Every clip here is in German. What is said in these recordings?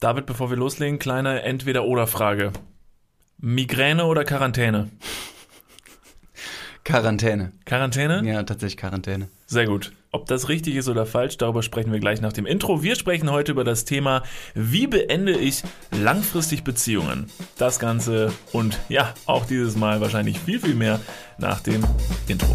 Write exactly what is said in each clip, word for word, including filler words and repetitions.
David, bevor wir loslegen, kleine Entweder-Oder-Frage. Migräne oder Quarantäne? Quarantäne. Quarantäne? Ja, tatsächlich Quarantäne. Sehr gut. Ob das richtig ist oder falsch, darüber sprechen wir gleich nach dem Intro. Wir sprechen heute über das Thema, wie beende ich langfristig Beziehungen? Das Ganze und ja, auch dieses Mal wahrscheinlich viel, viel mehr nach dem Intro.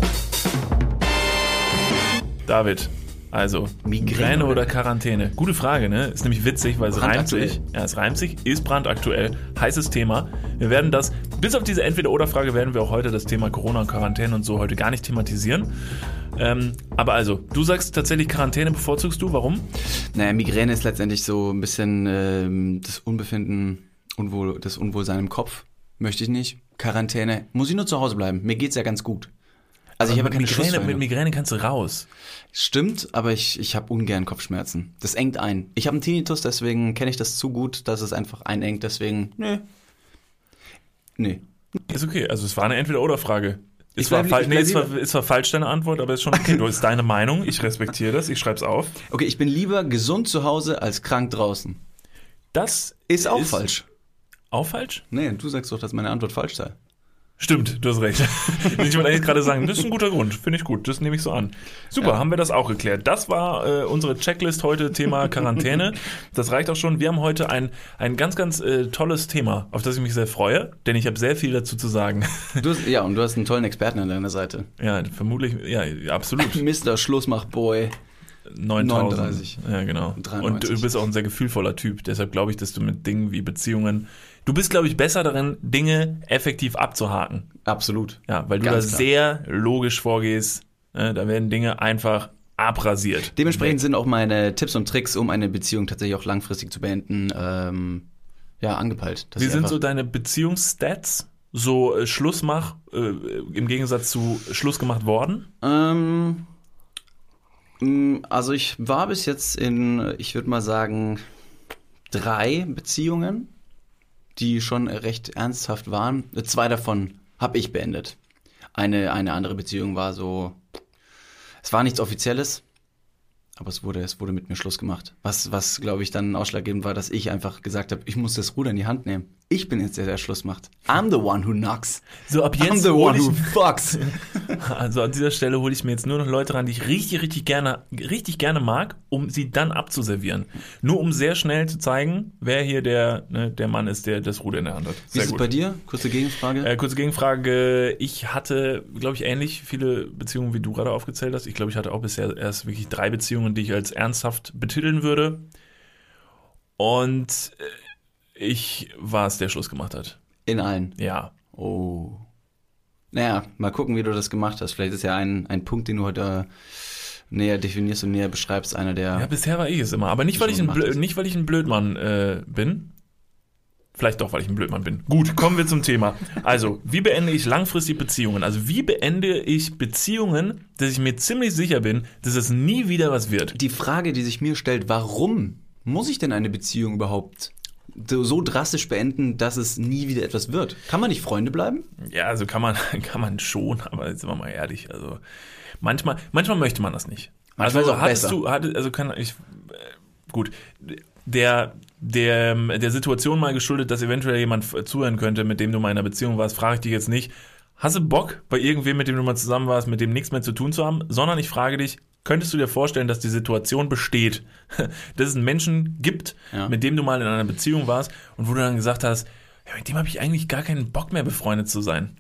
David, also Migräne, Migräne oder Quarantäne? Gute Frage, ne? Ist nämlich witzig, weil es reimt sich. Ja, es reimt sich, ist brandaktuell, heißes Thema. Wir werden das, bis auf diese Entweder-Oder-Frage, werden wir auch heute das Thema Corona und Quarantäne und so heute gar nicht thematisieren. Ähm, aber also, du sagst tatsächlich Quarantäne bevorzugst du, warum? Naja, Migräne ist letztendlich so ein bisschen ähm, das Unbefinden, Unwohl, das Unwohlsein im Kopf. Möchte ich nicht. Quarantäne, muss ich nur zu Hause bleiben. Mir geht's ja ganz gut. Also aber ich habe keine Migräne, mit Migräne kannst du raus. Stimmt, aber ich, ich habe ungern Kopfschmerzen. Das engt ein. Ich habe einen Tinnitus, deswegen kenne ich das zu gut, dass es einfach einengt. Deswegen, nö. Nee. Ist okay, also es war eine Entweder-Oder-Frage. Ich Es war, bleib- fal- ich nee, bleib es war, lieber- es war falsch, deine Antwort, aber ist schon okay. Du hast deine Meinung, ich respektiere das, ich schreib's auf. Okay, ich bin lieber gesund zu Hause als krank draußen. Das Ist auch falsch. Auch falsch? Nee, du sagst doch, dass meine Antwort falsch sei. Stimmt, du hast recht. Ich wollte eigentlich gerade sagen, das ist ein guter Grund, finde ich gut, das nehme ich so an. Super, Ja. haben wir das auch geklärt. Das war äh, unsere Checklist heute, Thema Quarantäne. Das reicht auch schon. Wir haben heute ein, ein ganz, ganz äh, tolles Thema, auf das ich mich sehr freue, denn ich habe sehr viel dazu zu sagen. Du hast, ja, und du hast einen tollen Experten an deiner Seite. Ja, vermutlich, ja, absolut. Mister Schlussmach-Boy. neuntausend. neununddreißig. Ja, genau. dreiundneunzig. Und du bist auch ein sehr gefühlvoller Typ. Deshalb glaube ich, dass du mit Dingen wie Beziehungen, du bist, glaube ich, besser darin, Dinge effektiv abzuhaken. Absolut. Ja, weil du Ganz da klar. sehr logisch vorgehst. Ne? Da werden Dinge einfach abrasiert. Dementsprechend sind auch meine Tipps und Tricks, um eine Beziehung tatsächlich auch langfristig zu beenden, ähm, ja, angepeilt. Dass Wie ich sind einfach- so deine Beziehungsstats? So äh, Schlussmach äh, im Gegensatz zu Schluss gemacht worden? Ähm, mh, also ich war bis jetzt in, ich würde mal sagen, drei Beziehungen, die schon recht ernsthaft waren. Zwei davon habe ich beendet. Eine, eine andere Beziehung war so, es war nichts Offizielles, aber es wurde, es wurde mit mir Schluss gemacht. Was, was glaube ich, dann ausschlaggebend war, dass ich einfach gesagt habe, ich muss das Ruder in die Hand nehmen. Ich bin jetzt der, der Schluss macht. I'm the one who knocks. So ab I'm jetzt the hol one ich, who fucks. also an dieser Stelle hole ich mir jetzt nur noch Leute ran, die ich richtig, richtig gerne, richtig gerne mag, um sie dann abzuservieren. Nur um sehr schnell zu zeigen, wer hier der, ne, der Mann ist, der das Ruder in der Hand hat. Wie Sehr ist es gut. bei dir? Kurze Gegenfrage. Äh, kurze Gegenfrage. Ich hatte, glaube ich, ähnlich viele Beziehungen, wie du gerade aufgezählt hast. Ich glaube, ich hatte auch bisher erst wirklich drei Beziehungen, die ich als ernsthaft betiteln würde. Und äh, ich war es, der Schluss gemacht hat. In allen. Ja. Oh. Naja, mal gucken, wie du das gemacht hast. Vielleicht ist ja ein, ein Punkt, den du heute äh, näher definierst und näher beschreibst, einer der... Ja, bisher war ich es immer. Aber nicht, weil ich ein, Schon Blö- gemacht hast. nicht, weil ich ein Blödmann äh, bin. Vielleicht doch, weil ich ein Blödmann bin. Gut, kommen wir zum Thema. Also, wie beende ich langfristig Beziehungen? Also, wie beende ich Beziehungen, dass ich mir ziemlich sicher bin, dass es nie wieder was wird? Die Frage, die sich mir stellt, warum muss ich denn eine Beziehung überhaupt so so drastisch beenden, dass es nie wieder etwas wird? Kann man nicht Freunde bleiben? Ja, also kann man, kann man schon, aber jetzt sind wir mal ehrlich. Also, manchmal, manchmal möchte man das nicht. Manchmal Also, ist auch hattest besser. du, hatte, also kann ich, äh, gut, der, der, der Situation mal geschuldet, dass eventuell jemand zuhören könnte, mit dem du mal in einer Beziehung warst, frage ich dich jetzt nicht, hast du Bock, bei irgendwem, mit dem du mal zusammen warst, mit dem nichts mehr zu tun zu haben, sondern ich frage dich, könntest du dir vorstellen, dass die Situation besteht, dass es einen Menschen gibt, Ja. mit dem du mal in einer Beziehung warst und wo du dann gesagt hast, ja, mit dem habe ich eigentlich gar keinen Bock mehr befreundet zu sein.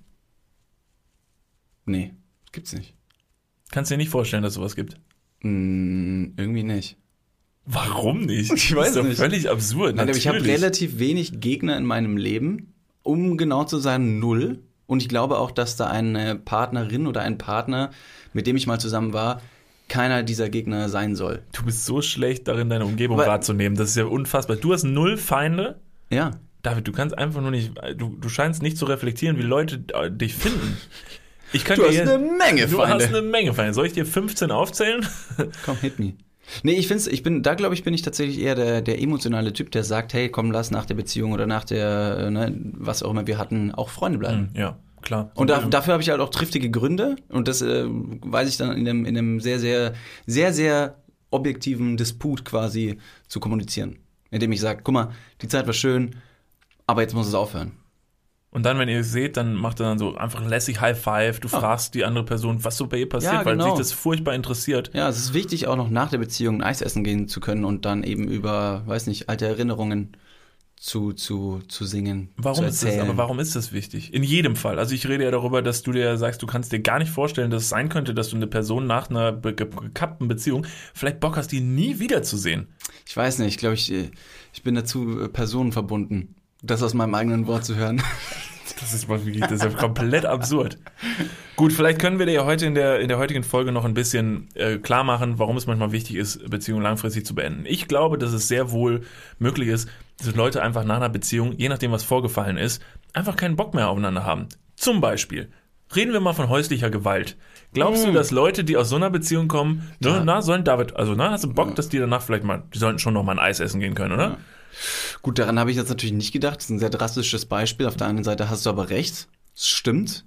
Nee, gibt's nicht. Kannst du dir nicht vorstellen, dass es sowas gibt? Hm, irgendwie nicht. Warum nicht? Ich weiß das ist doch nicht. völlig absurd. Nein, aber ich habe natürlich. relativ wenig Gegner in meinem Leben, um genau zu sein, null. Und ich glaube auch, dass da eine Partnerin oder ein Partner, mit dem ich mal zusammen war, keiner dieser Gegner sein soll. Du bist so schlecht darin, deine Umgebung Aber- wahrzunehmen. Das ist ja unfassbar. Du hast null Feinde. Ja. David, du kannst einfach nur nicht, du, du scheinst nicht zu reflektieren, wie Leute äh, dich finden. Ich kann Du dir hast hier- eine Menge Du Feinde. hast eine Menge Feinde. Soll ich dir fünfzehn aufzählen? Komm, hit me. Nee, ich find's, ich bin, da glaube ich, bin ich tatsächlich eher der, der emotionale Typ, der sagt, hey, komm, lass nach der Beziehung oder nach der, äh, ne, was auch immer wir hatten, auch Freunde bleiben. Ja, klar. Und da, dafür habe ich halt auch triftige Gründe und das äh, weiß ich dann in einem, in einem sehr, sehr, sehr, sehr objektiven Disput quasi zu kommunizieren. Indem ich sage, guck mal, die Zeit war schön, aber jetzt muss es aufhören. Und dann, wenn ihr es seht, dann macht er dann so einfach lässig High Five. Du oh. fragst die andere Person, was so bei ihr passiert, ja, genau. weil sich das furchtbar interessiert. Ja, es ist wichtig, auch noch nach der Beziehung ein Eis essen gehen zu können und dann eben über, weiß nicht, alte Erinnerungen zu, zu, zu singen. Warum zu ist das, aber warum ist das wichtig? In jedem Fall. Also ich rede ja darüber, dass du dir sagst, du kannst dir gar nicht vorstellen, dass es sein könnte, dass du eine Person nach einer gekappten Beziehung vielleicht Bock hast, die nie wiederzusehen. Ich weiß nicht, ich glaube, ich, ich bin dazu personenverbunden. Das aus meinem eigenen Wort zu hören. Das ist mal wirklich, das ist ja komplett absurd. Gut, vielleicht können wir dir ja heute in der, in der heutigen Folge noch ein bisschen äh, klar machen, warum es manchmal wichtig ist, Beziehungen langfristig zu beenden. Ich glaube, dass es sehr wohl möglich ist, dass Leute einfach nach einer Beziehung, je nachdem, was vorgefallen ist, einfach keinen Bock mehr aufeinander haben. Zum Beispiel, reden wir mal von häuslicher Gewalt. Glaubst mm. du, dass Leute, die aus so einer Beziehung kommen, ja. na, na, sollen David, also na, hast du Bock, ja. dass die danach vielleicht mal, die sollten schon noch mal ein Eis essen gehen können, oder? Ja. Gut, daran habe ich jetzt natürlich nicht gedacht. Das ist ein sehr drastisches Beispiel. Auf der anderen Seite hast du aber recht. Es stimmt.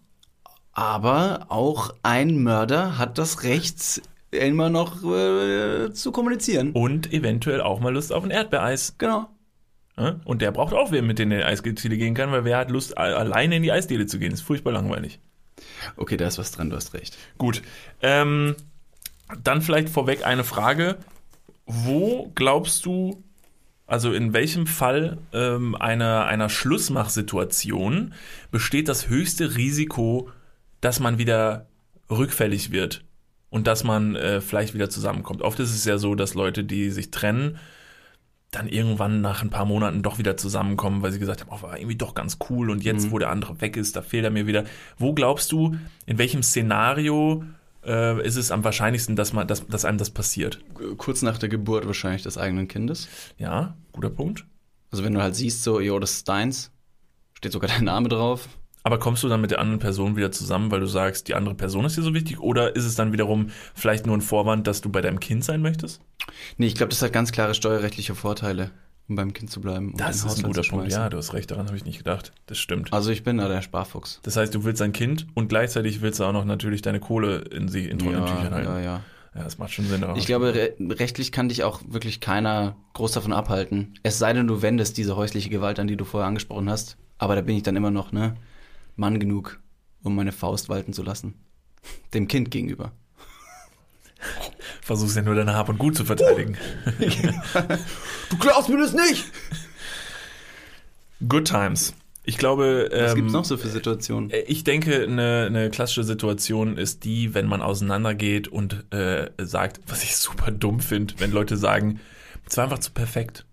Aber auch ein Mörder hat das Recht, immer noch äh, zu kommunizieren. Und eventuell auch mal Lust auf ein Erdbeereis. Genau. Ja? Und der braucht auch wen, mit dem in die Eisdiele gehen kann, weil wer hat Lust, alleine in die Eisdiele zu gehen? Das ist furchtbar langweilig. Okay, da ist was dran, du hast recht. Gut. Ähm, dann vielleicht vorweg eine Frage. Wo glaubst du, also in welchem Fall ähm, einer, einer Schlussmachsituation besteht das höchste Risiko, dass man wieder rückfällig wird und dass man äh, vielleicht wieder zusammenkommt? Oft ist es ja so, dass Leute, die sich trennen, dann irgendwann nach ein paar Monaten doch wieder zusammenkommen, weil sie gesagt haben, oh, war irgendwie doch ganz cool und jetzt, mhm. wo der andere weg ist, da fehlt er mir wieder. Wo glaubst du, in welchem Szenario äh, ist es am wahrscheinlichsten, dass, man, dass, dass einem das passiert? Kurz nach der Geburt wahrscheinlich des eigenen Kindes. Ja, guter Punkt. Also wenn du halt siehst, so, jo, das ist deins, steht sogar dein Name drauf. Aber kommst du dann mit der anderen Person wieder zusammen, weil du sagst, die andere Person ist dir so wichtig? Oder ist es dann wiederum vielleicht nur ein Vorwand, dass du bei deinem Kind sein möchtest? Nee, ich glaube, das hat ganz klare steuerrechtliche Vorteile, um beim Kind zu bleiben. Um das ist ein guter Punkt. Ja, du hast recht, daran habe ich nicht gedacht. Das stimmt. Also ich bin da der Sparfuchs. Das heißt, du willst ein Kind und gleichzeitig willst du auch noch natürlich deine Kohle in sie in trockenen ja, Tüchern halten. Ja, ja. Ja, das macht schon Sinn. Aber ich glaube, re- rechtlich kann dich auch wirklich keiner groß davon abhalten. Es sei denn, du wendest diese häusliche Gewalt an, die du vorher angesprochen hast. Aber da bin ich dann immer noch, ne, Mann genug, um meine Faust walten zu lassen. Dem Kind gegenüber. Versuchst ja nur deine Hab und Gut zu verteidigen. Du klaust mir das nicht! Good times. Ich glaube... Was ähm, gibt's noch so für Situationen? Ich denke, eine, eine klassische Situation ist die, wenn man auseinandergeht und äh, sagt, was ich super dumm finde, wenn Leute sagen, es war einfach zu perfekt.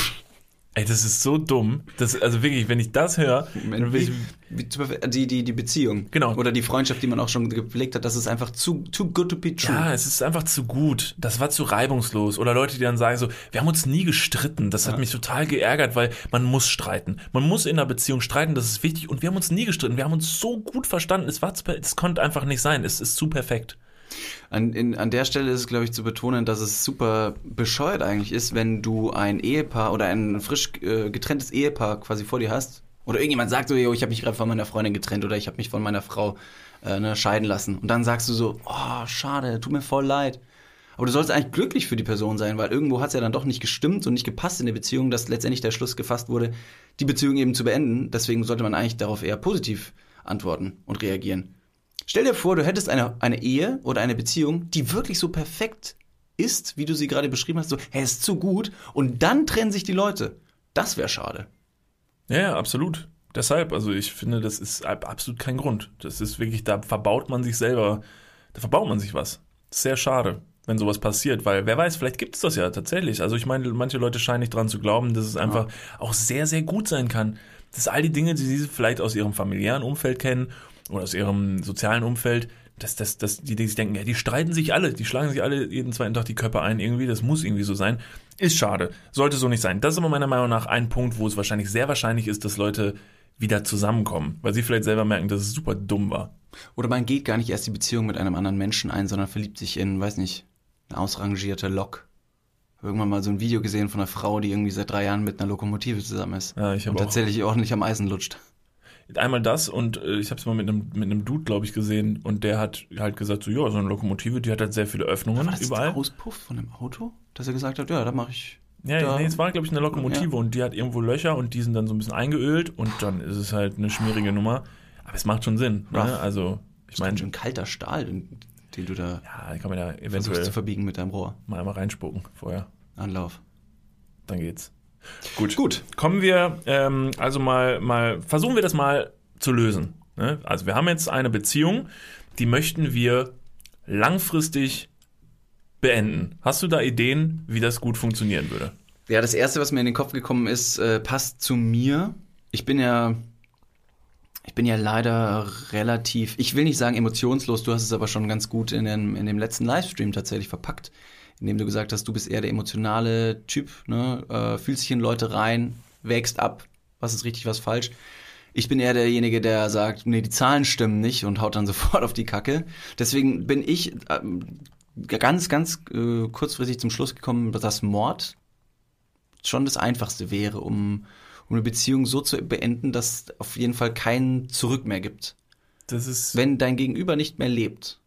Ey, das ist so dumm. Das, also wirklich, wenn ich das höre... Wie, wie, die, die, die Beziehung. Genau. Oder die Freundschaft, die man auch schon gepflegt hat, das ist einfach zu too good to be true. Ja, es ist einfach zu gut. Das war zu reibungslos. Oder Leute, die dann sagen so, wir haben uns nie gestritten. Das hat ja. mich total geärgert, weil man muss streiten. Man muss in einer Beziehung streiten, das ist wichtig. Und wir haben uns nie gestritten. Wir haben uns so gut verstanden. Es war, es konnte einfach nicht sein. Es ist zu perfekt. An, in, an der Stelle ist es, glaube ich, zu betonen, dass es super bescheuert eigentlich ist, wenn du ein Ehepaar oder ein frisch äh, getrenntes Ehepaar quasi vor dir hast oder irgendjemand sagt so, yo, ich habe mich gerade von meiner Freundin getrennt oder ich habe mich von meiner Frau äh, ne, scheiden lassen und dann sagst du so, oh, schade, tut mir voll leid. Aber du sollst eigentlich glücklich für die Person sein, weil irgendwo hat es ja dann doch nicht gestimmt und nicht gepasst in der Beziehung, dass letztendlich der Schluss gefasst wurde, die Beziehung eben zu beenden. Deswegen sollte man eigentlich darauf eher positiv antworten und reagieren. Stell dir vor, du hättest eine, eine Ehe oder eine Beziehung, die wirklich so perfekt ist, wie du sie gerade beschrieben hast, so, hey, ist zu gut, und dann trennen sich die Leute. Das wäre schade. Ja, ja, absolut. Deshalb, also ich finde, das ist absolut kein Grund. Das ist wirklich, da verbaut man sich selber, da verbaut man sich was. Das ist sehr schade, wenn sowas passiert, weil wer weiß, vielleicht gibt es das ja tatsächlich. Also ich meine, manche Leute scheinen nicht dran zu glauben, dass es einfach ja. auch sehr, sehr gut sein kann. Dass all die Dinge, die sie vielleicht aus ihrem familiären Umfeld kennen, oder aus ihrem sozialen Umfeld, dass, dass, dass die, die sich denken, ja, die streiten sich alle, die schlagen sich alle jeden zweiten Tag die Köpfe ein irgendwie, das muss irgendwie so sein. Ist schade, sollte so nicht sein. Das ist aber meiner Meinung nach ein Punkt, wo es wahrscheinlich sehr wahrscheinlich ist, dass Leute wieder zusammenkommen, weil sie vielleicht selber merken, dass es super dumm war. Oder man geht gar nicht erst die Beziehung mit einem anderen Menschen ein, sondern verliebt sich in, weiß nicht, eine ausrangierte Lok. Irgendwann mal so ein Video gesehen von einer Frau, die irgendwie seit drei Jahren mit einer Lokomotive zusammen ist. Ja, ich habe und tatsächlich ordentlich am Eisen lutscht. Einmal das und äh, ich habe es mal mit einem mit einem Dude, glaube ich, gesehen und der hat halt gesagt, so ja, so eine Lokomotive, die hat halt sehr viele Öffnungen war das überall. Der Auspuff von einem Auto, dass er gesagt hat, ja, da mache ich. Ja, da, nee, es war, glaube ich, eine Lokomotive ja. und die hat irgendwo Löcher und die sind dann so ein bisschen eingeölt und dann ist es halt eine schmierige Nummer. Aber es macht schon Sinn. Ne? Also, ich meine. schon kalter Stahl, den, den du da ja, kann man ja versuchst eventuell zu verbiegen mit deinem Rohr. mal einmal reinspucken vorher. Anlauf. Dann geht's. Gut. Gut. Kommen wir, ähm, also mal, mal, versuchen wir das mal zu lösen. Ne? Also wir haben jetzt eine Beziehung, die möchten wir langfristig beenden. Hast du da Ideen, wie das gut funktionieren würde? Ja, das Erste, was mir in den Kopf gekommen ist, äh, passt zu mir. Ich bin ja, ich bin ja leider relativ, ich will nicht sagen emotionslos, du hast es aber schon ganz gut in dem, in dem letzten Livestream tatsächlich verpackt, indem du gesagt hast, du bist eher der emotionale Typ, ne? äh, fühlst dich in Leute rein, wägst ab, was ist richtig, was falsch. Ich bin eher derjenige, der sagt, nee, die Zahlen stimmen nicht und haut dann sofort auf die Kacke. Deswegen bin ich ähm, ganz, ganz äh, kurzfristig zum Schluss gekommen, dass Mord schon das Einfachste wäre, um, um eine Beziehung so zu beenden, dass es auf jeden Fall kein Zurück mehr gibt. Das ist Wenn dein Gegenüber nicht mehr lebt.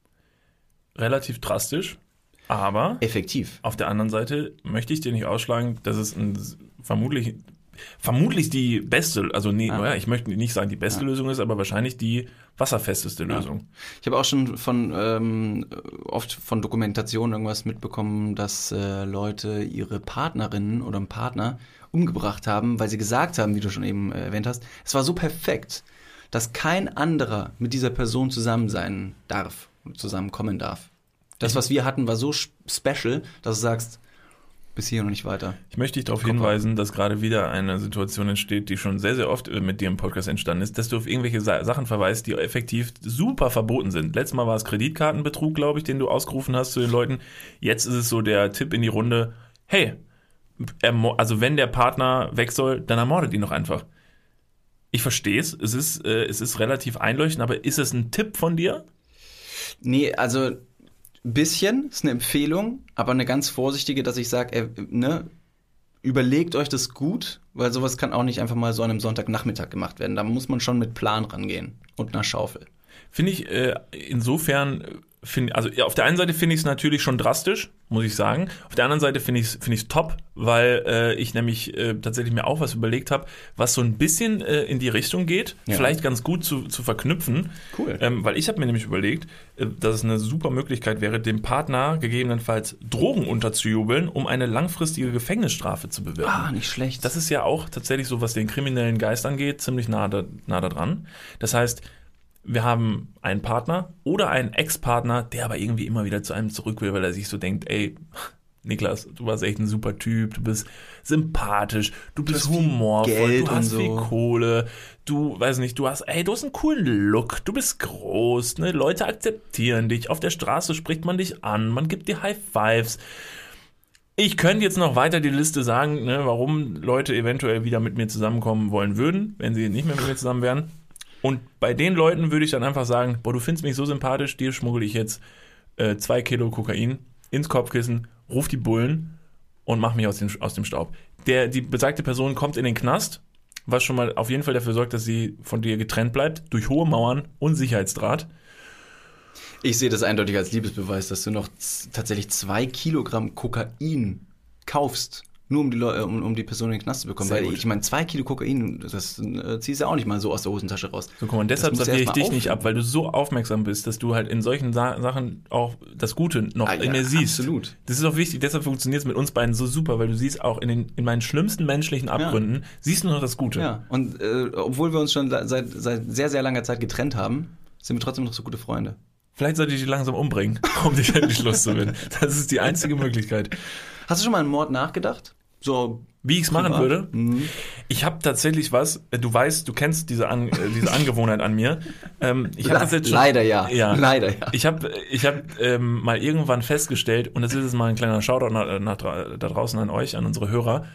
relativ drastisch, aber Effektiv. auf der anderen Seite möchte ich dir nicht ausschlagen, dass es ein, vermutlich, vermutlich die beste, also nee, Ja. naja, ich möchte nicht sagen, die beste Ja. Lösung ist, aber wahrscheinlich die wasserfesteste Ja. Lösung. Ich habe auch schon von ähm, oft von Dokumentationen irgendwas mitbekommen, dass äh, Leute ihre Partnerinnen oder einen Partner umgebracht haben, weil sie gesagt haben, wie du schon eben äh, erwähnt hast, es war so perfekt, dass kein anderer mit dieser Person zusammen sein darf, zusammenkommen darf. Das, was wir hatten, war so special, dass du sagst, bis hier und nicht weiter. Ich möchte dich darauf Kopf hinweisen, dass gerade wieder eine Situation entsteht, die schon sehr, sehr oft mit dir im Podcast entstanden ist, dass du auf irgendwelche Sa- Sachen verweist, die effektiv super verboten sind. Letztes Mal war es Kreditkartenbetrug, glaube ich, den du ausgerufen hast zu den Leuten. Jetzt ist es so der Tipp in die Runde, hey, ermo- also wenn der Partner weg soll, dann ermordet ihn doch einfach. Ich verstehe es, es ist, äh, es ist relativ einleuchtend, aber ist es ein Tipp von dir? Nee, also ein bisschen, ist eine Empfehlung, aber eine ganz vorsichtige, dass ich sage, äh, ne, überlegt euch das gut, weil sowas kann auch nicht einfach mal so an einem Sonntagnachmittag gemacht werden. Da muss man schon mit Plan rangehen und einer Schaufel. Finde ich äh, insofern, find, also ja, auf der einen Seite finde ich es natürlich schon drastisch, muss ich sagen. Auf der anderen Seite finde ich es find ich's top, weil äh, ich nämlich äh, tatsächlich mir auch was überlegt habe, was so ein bisschen äh, in die Richtung geht, Ja. vielleicht ganz gut zu, zu verknüpfen. Cool. Ähm, weil ich habe mir nämlich überlegt, äh, dass es eine super Möglichkeit wäre, dem Partner gegebenenfalls Drogen unterzujubeln, um eine langfristige Gefängnisstrafe zu bewirken. Ah, nicht schlecht. Das ist ja auch tatsächlich so, was den kriminellen Geist angeht, ziemlich nah da, nah da dran. Das heißt, wir haben einen Partner oder einen Ex-Partner, der aber irgendwie immer wieder zu einem zurück will, weil er sich so denkt, ey, Niklas, du warst echt ein super Typ, du bist sympathisch, du bist hast viel humorvoll, Geld du hast und viel so. Kohle, du, weiß nicht, du hast, ey, du hast einen coolen Look, du bist groß, ne, Leute akzeptieren dich, auf der Straße spricht man dich an, man gibt dir High Fives. Ich könnte jetzt noch weiter die Liste sagen, ne, warum Leute eventuell wieder mit mir zusammenkommen wollen würden, wenn sie nicht mehr mit mir zusammen wären. Und bei den Leuten würde ich dann einfach sagen, boah, du findest mich so sympathisch, dir schmuggel ich jetzt äh, zwei Kilo Kokain ins Kopfkissen, ruf die Bullen und mach mich aus dem, aus dem Staub. Der, die besagte Person kommt in den Knast, was schon mal auf jeden Fall dafür sorgt, dass sie von dir getrennt bleibt, durch hohe Mauern und Sicherheitsdraht. Ich sehe das eindeutig als Liebesbeweis, dass du noch z- tatsächlich zwei Kilogramm Kokain kaufst, nur um die, Leu- um, um die Person in den Knast zu bekommen. Sehr Weil gut. ich meine, zwei Kilo Kokain, das äh, ziehst du ja auch nicht mal so aus der Hosentasche raus. So, guck mal, und deshalb Das musst du serviere ich erst mal dich nicht auffinden. ab, weil du so aufmerksam bist, dass du halt in solchen Sa- Sachen auch das Gute noch Ah, in ja, mir siehst. absolut. Das ist auch wichtig, deshalb funktioniert es mit uns beiden so super, weil du siehst auch in, den, in meinen schlimmsten menschlichen Abgründen, siehst du noch das Gute. Ja, und äh, obwohl wir uns schon seit, seit sehr, sehr langer Zeit getrennt haben, sind wir trotzdem noch so gute Freunde. Vielleicht sollte ich dich langsam umbringen, um dich endlich loszuwerden. Das ist die einzige Möglichkeit. Hast du schon mal einen Mord nachgedacht? So Wie ich es machen privat? würde? Mhm. Ich habe tatsächlich was, äh, du weißt, du kennst diese, An, äh, diese Angewohnheit an mir. Ähm, ich habe das jetzt schon, Leider ja. Ja. Leider ja. Ich habe ich hab, ähm, mal irgendwann festgestellt, und das ist jetzt mal ein kleiner Shoutout nach, nach, da draußen an euch, an unsere Hörer.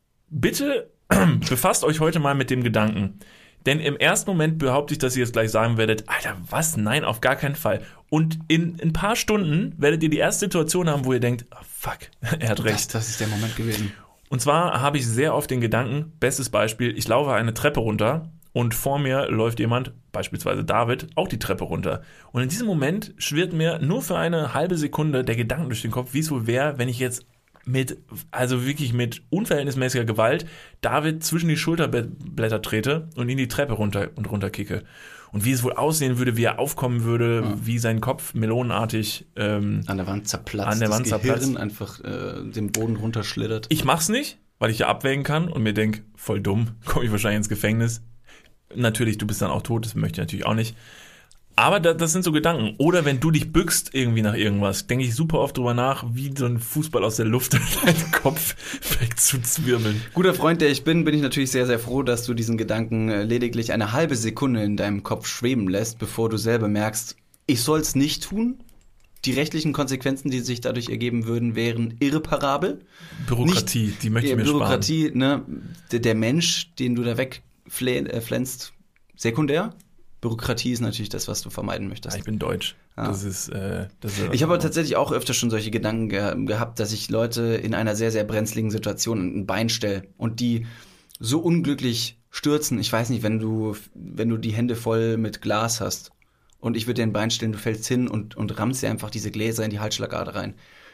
Bitte befasst euch heute mal mit dem Gedanken. Denn im ersten Moment behaupte ich, dass ihr jetzt gleich sagen werdet, Alter, was? Nein, auf gar keinen Fall. Und in, in ein paar Stunden werdet ihr die erste Situation haben, wo ihr denkt, oh, fuck, er hat recht. Das, das ist der Moment gewesen. Und zwar habe ich sehr oft den Gedanken, bestes Beispiel, ich laufe eine Treppe runter und vor mir läuft jemand, beispielsweise David, auch die Treppe runter. Und in diesem Moment schwirrt mir nur für eine halbe Sekunde der Gedanke durch den Kopf, wie es wohl wäre, wenn ich jetzt mit, also wirklich mit unverhältnismäßiger Gewalt David zwischen die Schulterblätter trete und ihn die Treppe runter und runter kicke. Und wie es wohl aussehen würde, wie er aufkommen würde, ja. wie sein Kopf melonenartig ähm, an der Wand zerplatzt, an der Wand das zerplatzt. Gehirn einfach äh, den Boden runterschlittert. Ich mach's nicht, weil ich ja abwägen kann und mir denke, voll dumm, komme ich wahrscheinlich ins Gefängnis. Natürlich, du bist dann auch tot, das möchte ich natürlich auch nicht. Aber da, das sind so Gedanken. Oder wenn du dich bückst irgendwie nach irgendwas, denke ich super oft drüber nach, wie so ein Fußball aus der Luft in deinen Kopf wegzuzwirbeln. Guter Freund, der ich bin, bin ich natürlich sehr, sehr froh, dass du diesen Gedanken lediglich eine halbe Sekunde in deinem Kopf schweben lässt, bevor du selber merkst, ich soll es nicht tun. Die rechtlichen Konsequenzen, die sich dadurch ergeben würden, wären irreparabel. Bürokratie, nicht, die möchte ich mir Bürokratie, sparen. Ne, der, der Mensch, den du da wegpflänzt, sekundär. Bürokratie ist natürlich das, was du vermeiden möchtest. Ja, ich bin deutsch. Ja. Das ist, äh, das ist ich habe aber tatsächlich auch öfter schon solche Gedanken ge- gehabt, dass ich Leute in einer sehr, sehr brenzligen Situation ein Bein stelle und die so unglücklich stürzen. Ich weiß nicht, wenn du, wenn du die Hände voll mit Glas hast und ich würde dir ein Bein stellen, du fällst hin und, und rammst dir einfach diese Gläser in die Halsschlagader rein.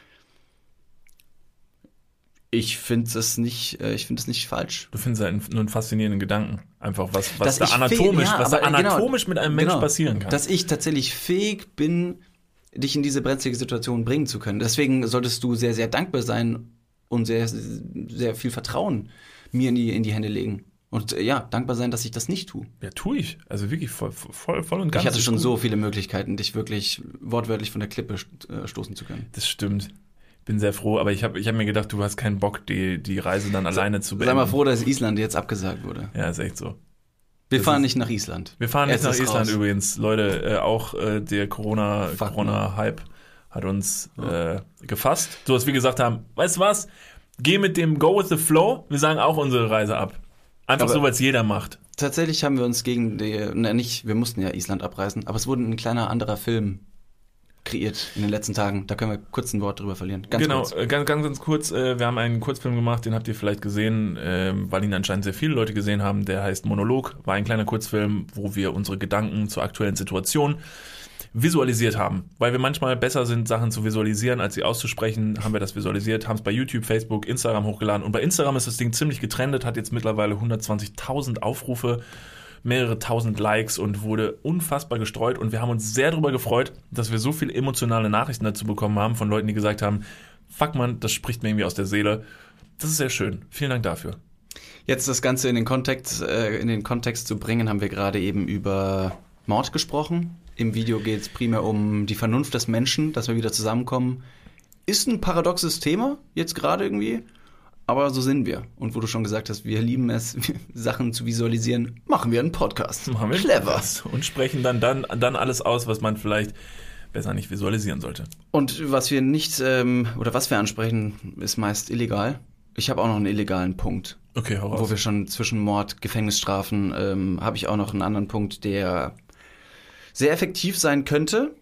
Ich finde es nicht, ich finde es nicht falsch. Du findest halt nur einen faszinierenden Gedanken. Einfach was, was dass da anatomisch, fähig, ja, was da anatomisch genau, mit einem Mensch genau, passieren kann. Dass ich tatsächlich fähig bin, dich in diese brenzlige Situation bringen zu können. Deswegen solltest du sehr, sehr dankbar sein und sehr, sehr viel Vertrauen mir in die, in die Hände legen. Und ja, dankbar sein, dass ich das nicht tue. Ja, tue ich. Also wirklich voll, voll, voll und ganz. Ich hatte schon gut. so viele Möglichkeiten, dich wirklich wortwörtlich von der Klippe stoßen zu können. Das stimmt. Bin sehr froh, aber ich habe ich hab mir gedacht, du hast keinen Bock, die, die Reise dann alleine zu beenden. Sei mal froh, dass Island jetzt abgesagt wurde. Ja, ist echt so. Wir das fahren ist, nicht nach Island. Wir fahren nicht Jetzt nach Island raus. übrigens. Leute, äh, auch äh, der Corona, Fuck, Corona-Hype hat uns ja. äh, gefasst. So, dass wir gesagt haben, weißt du was, geh mit dem Go with the Flow, wir sagen auch unsere Reise ab. Einfach aber so, weil es jeder macht. Tatsächlich haben wir uns gegen die, na nicht, wir mussten ja Island abreisen, aber es wurde ein kleiner anderer Film kreiert in den letzten Tagen. Da können wir kurz ein Wort drüber verlieren. Ganz genau, kurz. Äh, ganz, ganz, ganz kurz. Äh, wir haben einen Kurzfilm gemacht, den habt ihr vielleicht gesehen, äh, weil ihn anscheinend sehr viele Leute gesehen haben. Der heißt Monolog. War ein kleiner Kurzfilm, wo wir unsere Gedanken zur aktuellen Situation visualisiert haben. Weil wir manchmal besser sind, Sachen zu visualisieren, als sie auszusprechen, haben wir das visualisiert, haben es bei YouTube, Facebook, Instagram hochgeladen. Und bei Instagram ist das Ding ziemlich getrendet, hat jetzt mittlerweile hundertzwanzigtausend Aufrufe, mehrere tausend Likes und wurde unfassbar gestreut. Und wir haben uns sehr darüber gefreut, dass wir so viele emotionale Nachrichten dazu bekommen haben von Leuten, die gesagt haben, fuck man, das spricht mir irgendwie aus der Seele. Das ist sehr schön. Vielen Dank dafür. Jetzt das Ganze in den Kontext, äh, in den Kontext zu bringen, haben wir gerade eben über Mord gesprochen. Im Video geht es primär um die Vernunft des Menschen, dass wir wieder zusammenkommen. Ist ein paradoxes Thema jetzt gerade irgendwie. Aber so sind wir. Und wo du schon gesagt hast, wir lieben es, Sachen zu visualisieren, machen wir einen Podcast. Machen wir Clever. Podcast und sprechen dann, dann, dann alles aus, was man vielleicht besser nicht visualisieren sollte. Und was wir nicht, ähm, oder was wir ansprechen, ist meist illegal. Ich habe auch noch einen illegalen Punkt. Okay, hau raus. Wo wir schon zwischen Mord, Gefängnisstrafen, ähm, habe ich auch noch einen anderen Punkt, der sehr effektiv sein könnte,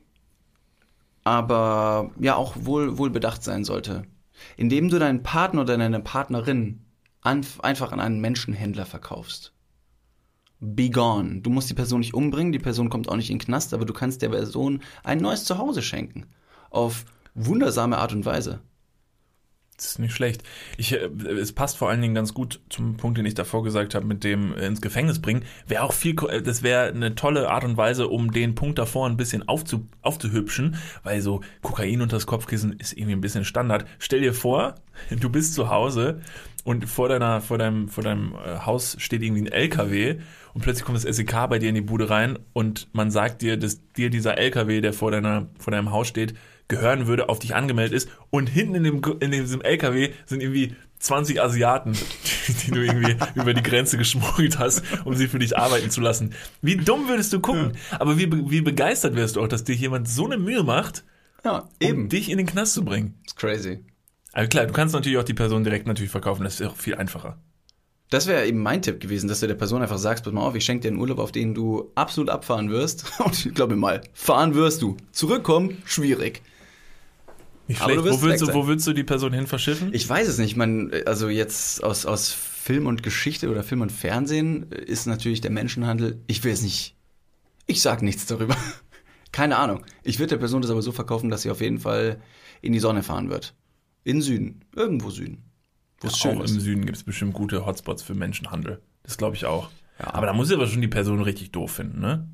aber ja auch wohl, wohl bedacht sein sollte. Indem du deinen Partner oder deine Partnerin an, einfach an einen Menschenhändler verkaufst. Be gone. Du musst die Person nicht umbringen, die Person kommt auch nicht in den Knast, aber du kannst der Person ein neues Zuhause schenken. Auf wundersame Art und Weise. Das ist nicht schlecht. Ich, äh, es passt vor allen Dingen ganz gut zum Punkt, den ich davor gesagt habe, mit dem äh, ins Gefängnis bringen. Wäre auch viel, das wäre eine tolle Art und Weise, um den Punkt davor ein bisschen aufzu, aufzuhübschen, weil so Kokain unter das Kopfkissen ist irgendwie ein bisschen Standard. Stell dir vor, du bist zu Hause und vor deiner, vor deinem, vor deinem Haus steht irgendwie ein L K W und plötzlich kommt das S E K bei dir in die Bude rein und man sagt dir, dass dir dieser L K W, der vor deiner, vor deinem Haus steht, gehören würde, auf dich angemeldet ist und hinten in dem in diesem L K W sind irgendwie zwanzig Asiaten, die, die du irgendwie über die Grenze geschmuggelt hast, um sie für dich arbeiten zu lassen. Wie dumm würdest du gucken? Aber wie, wie begeistert wärst du auch, dass dir jemand so eine Mühe macht, ja, eben. um dich in den Knast zu bringen. Das ist crazy. Aber klar, du kannst natürlich auch die Person direkt natürlich verkaufen, das ist auch viel einfacher. Das wäre eben mein Tipp gewesen, dass du der Person einfach sagst, pass mal auf, ich schenke dir einen Urlaub, auf den du absolut abfahren wirst. Und ich glaube mal, fahren wirst du. Zurückkommen, schwierig. Nicht schlecht. Wo willst, du, wo willst du die Person hin verschiffen? Ich weiß es nicht. Man, also jetzt aus, aus Film und Geschichte oder Film und Fernsehen ist natürlich der Menschenhandel, ich will es nicht, ich sag nichts darüber. Keine Ahnung. Ich würde der Person das aber so verkaufen, dass sie auf jeden Fall in die Sonne fahren wird. In Süden. Irgendwo Süden. Wo es Ja, schön auch ist. im Süden gibt es bestimmt gute Hotspots für Menschenhandel. Das glaube ich auch. Ja. Aber da muss ich aber schon die Person richtig doof finden, ne?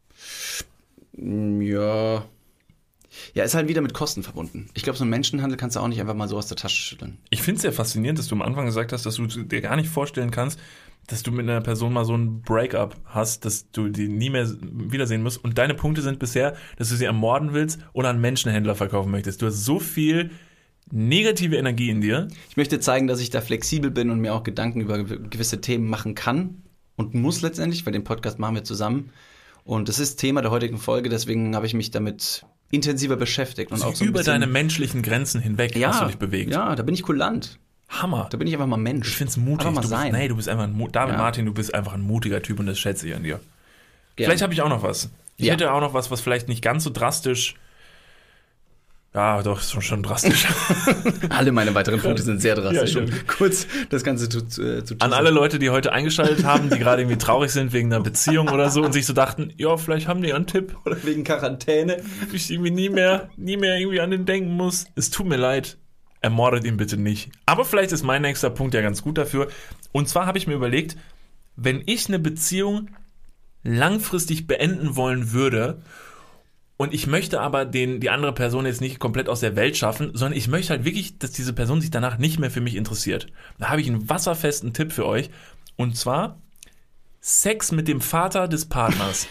Ja. Ja, ist halt wieder mit Kosten verbunden. Ich glaube, so einen Menschenhandel kannst du auch nicht einfach mal so aus der Tasche schütteln. Ich finde es ja faszinierend, dass du am Anfang gesagt hast, dass du dir gar nicht vorstellen kannst, dass du mit einer Person mal so ein Breakup hast, dass du die nie mehr wiedersehen musst. Und deine Punkte sind bisher, dass du sie ermorden willst oder an Menschenhändler verkaufen möchtest. Du hast so viel negative Energie in dir. Ich möchte zeigen, dass ich da flexibel bin und mir auch Gedanken über gewisse Themen machen kann und muss letztendlich, weil den Podcast machen wir zusammen. Und das ist Thema der heutigen Folge, deswegen habe ich mich damit intensiver beschäftigt. Und Also auch so ein über bisschen, deine menschlichen Grenzen hinweg ja, hast du dich bewegt. Ja, da bin ich kulant. Hammer. Da bin ich einfach mal Mensch. Ich finde es mutig. Einfach mal du bist, sein. nee, du bist einfach ein Mu- David Ja. Martin, du bist einfach ein mutiger Typ und das schätze ich an dir. Gern. Vielleicht habe ich auch noch was. Ich Ja. hätte auch noch was, was vielleicht nicht ganz so drastisch. Ja, doch, ist schon, schon drastisch. Alle meine weiteren Punkte sind sehr drastisch. Ja, um stimmt. kurz das Ganze zu, zu, zu An alle Leute, die heute eingeschaltet haben, die gerade irgendwie traurig sind wegen einer Beziehung oder so und sich so dachten, ja, vielleicht haben die einen Tipp, Oder wegen Quarantäne. ich irgendwie nie mehr, nie mehr irgendwie an den denken muss. Es tut mir leid, ermordet ihn bitte nicht. Aber vielleicht ist mein nächster Punkt ja ganz gut dafür. Und zwar habe ich mir überlegt, wenn ich eine Beziehung langfristig beenden wollen würde und ich möchte aber den, die andere Person jetzt nicht komplett aus der Welt schaffen, sondern ich möchte halt wirklich, dass diese Person sich danach nicht mehr für mich interessiert. Da habe ich einen wasserfesten Tipp für euch. Und zwar Sex mit dem Vater des Partners.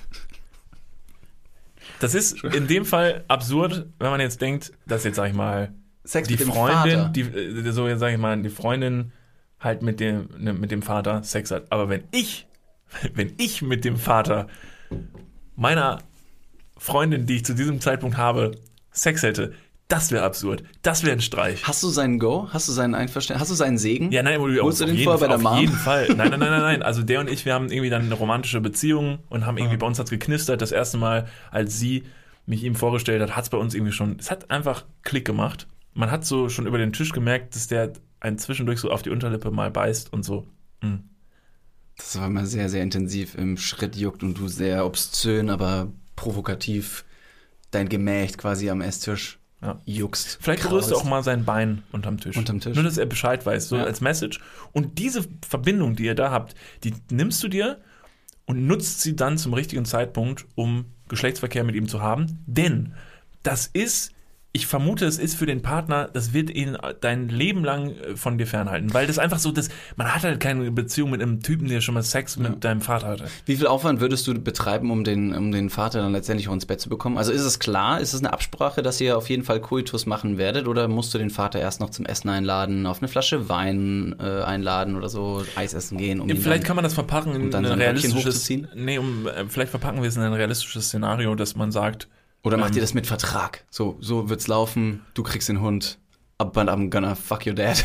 Das ist in dem Fall absurd, wenn man jetzt denkt, dass jetzt, sag ich mal, Sex die mit dem Freundin, Vater. die, äh, so jetzt sag ich mal, die Freundin halt mit dem, ne, mit dem Vater Sex hat. Aber wenn ich, wenn ich mit dem Vater meiner Freundin, die ich zu diesem Zeitpunkt habe, Sex hätte, das wäre absurd. Das wäre ein Streich. Hast du seinen Go? Hast du seinen Einverständnis? Hast du seinen Segen? Ja, nein, auf, Holst du auf, den jeden, vorher bei der auf Mom? jeden Fall. Nein, nein, nein, nein, nein. Also der und ich, wir haben irgendwie dann eine romantische Beziehung und haben irgendwie, bei uns hat's geknistert. Das erste Mal, als sie mich ihm vorgestellt hat, hat's bei uns irgendwie schon, es hat einfach Klick gemacht. Man hat so schon über den Tisch gemerkt, dass der einen zwischendurch so auf die Unterlippe mal beißt und so. Hm. Das war immer sehr, sehr intensiv im Schritt juckt und du sehr obszön, aber provokativ dein Gemächt quasi am Esstisch Ja. juckst. Vielleicht berührst du kraust. auch mal sein Bein unterm Tisch. Unterm Tisch. Nur, dass er Bescheid weiß, so Ja. als Message. Und diese Verbindung, die ihr da habt, die nimmst du dir und nutzt sie dann zum richtigen Zeitpunkt, um Geschlechtsverkehr mit ihm zu haben. Denn das ist, ich vermute, es ist für den Partner, das wird ihn dein Leben lang von dir fernhalten. Weil das einfach so, das, man hat halt keine Beziehung mit einem Typen, der schon mal Sex mit Ja. deinem Vater hatte. Wie viel Aufwand würdest du betreiben, um den, um den Vater dann letztendlich auch ins Bett zu bekommen? Also ist es klar, ist es eine Absprache, dass ihr auf jeden Fall Koitus machen werdet oder musst du den Vater erst noch zum Essen einladen, auf eine Flasche Wein äh, einladen oder so, Eis essen gehen? Um Ja, ihn vielleicht dann, kann man das verpacken in um dann ein sein Röckchen realistisches, hochzuziehen? nee, um, äh, vielleicht verpacken wir es in ein realistisches Szenario, dass man sagt, Oder macht ähm, ihr das mit Vertrag? So, so wird's laufen, du kriegst den Hund, but I'm gonna fuck your dad.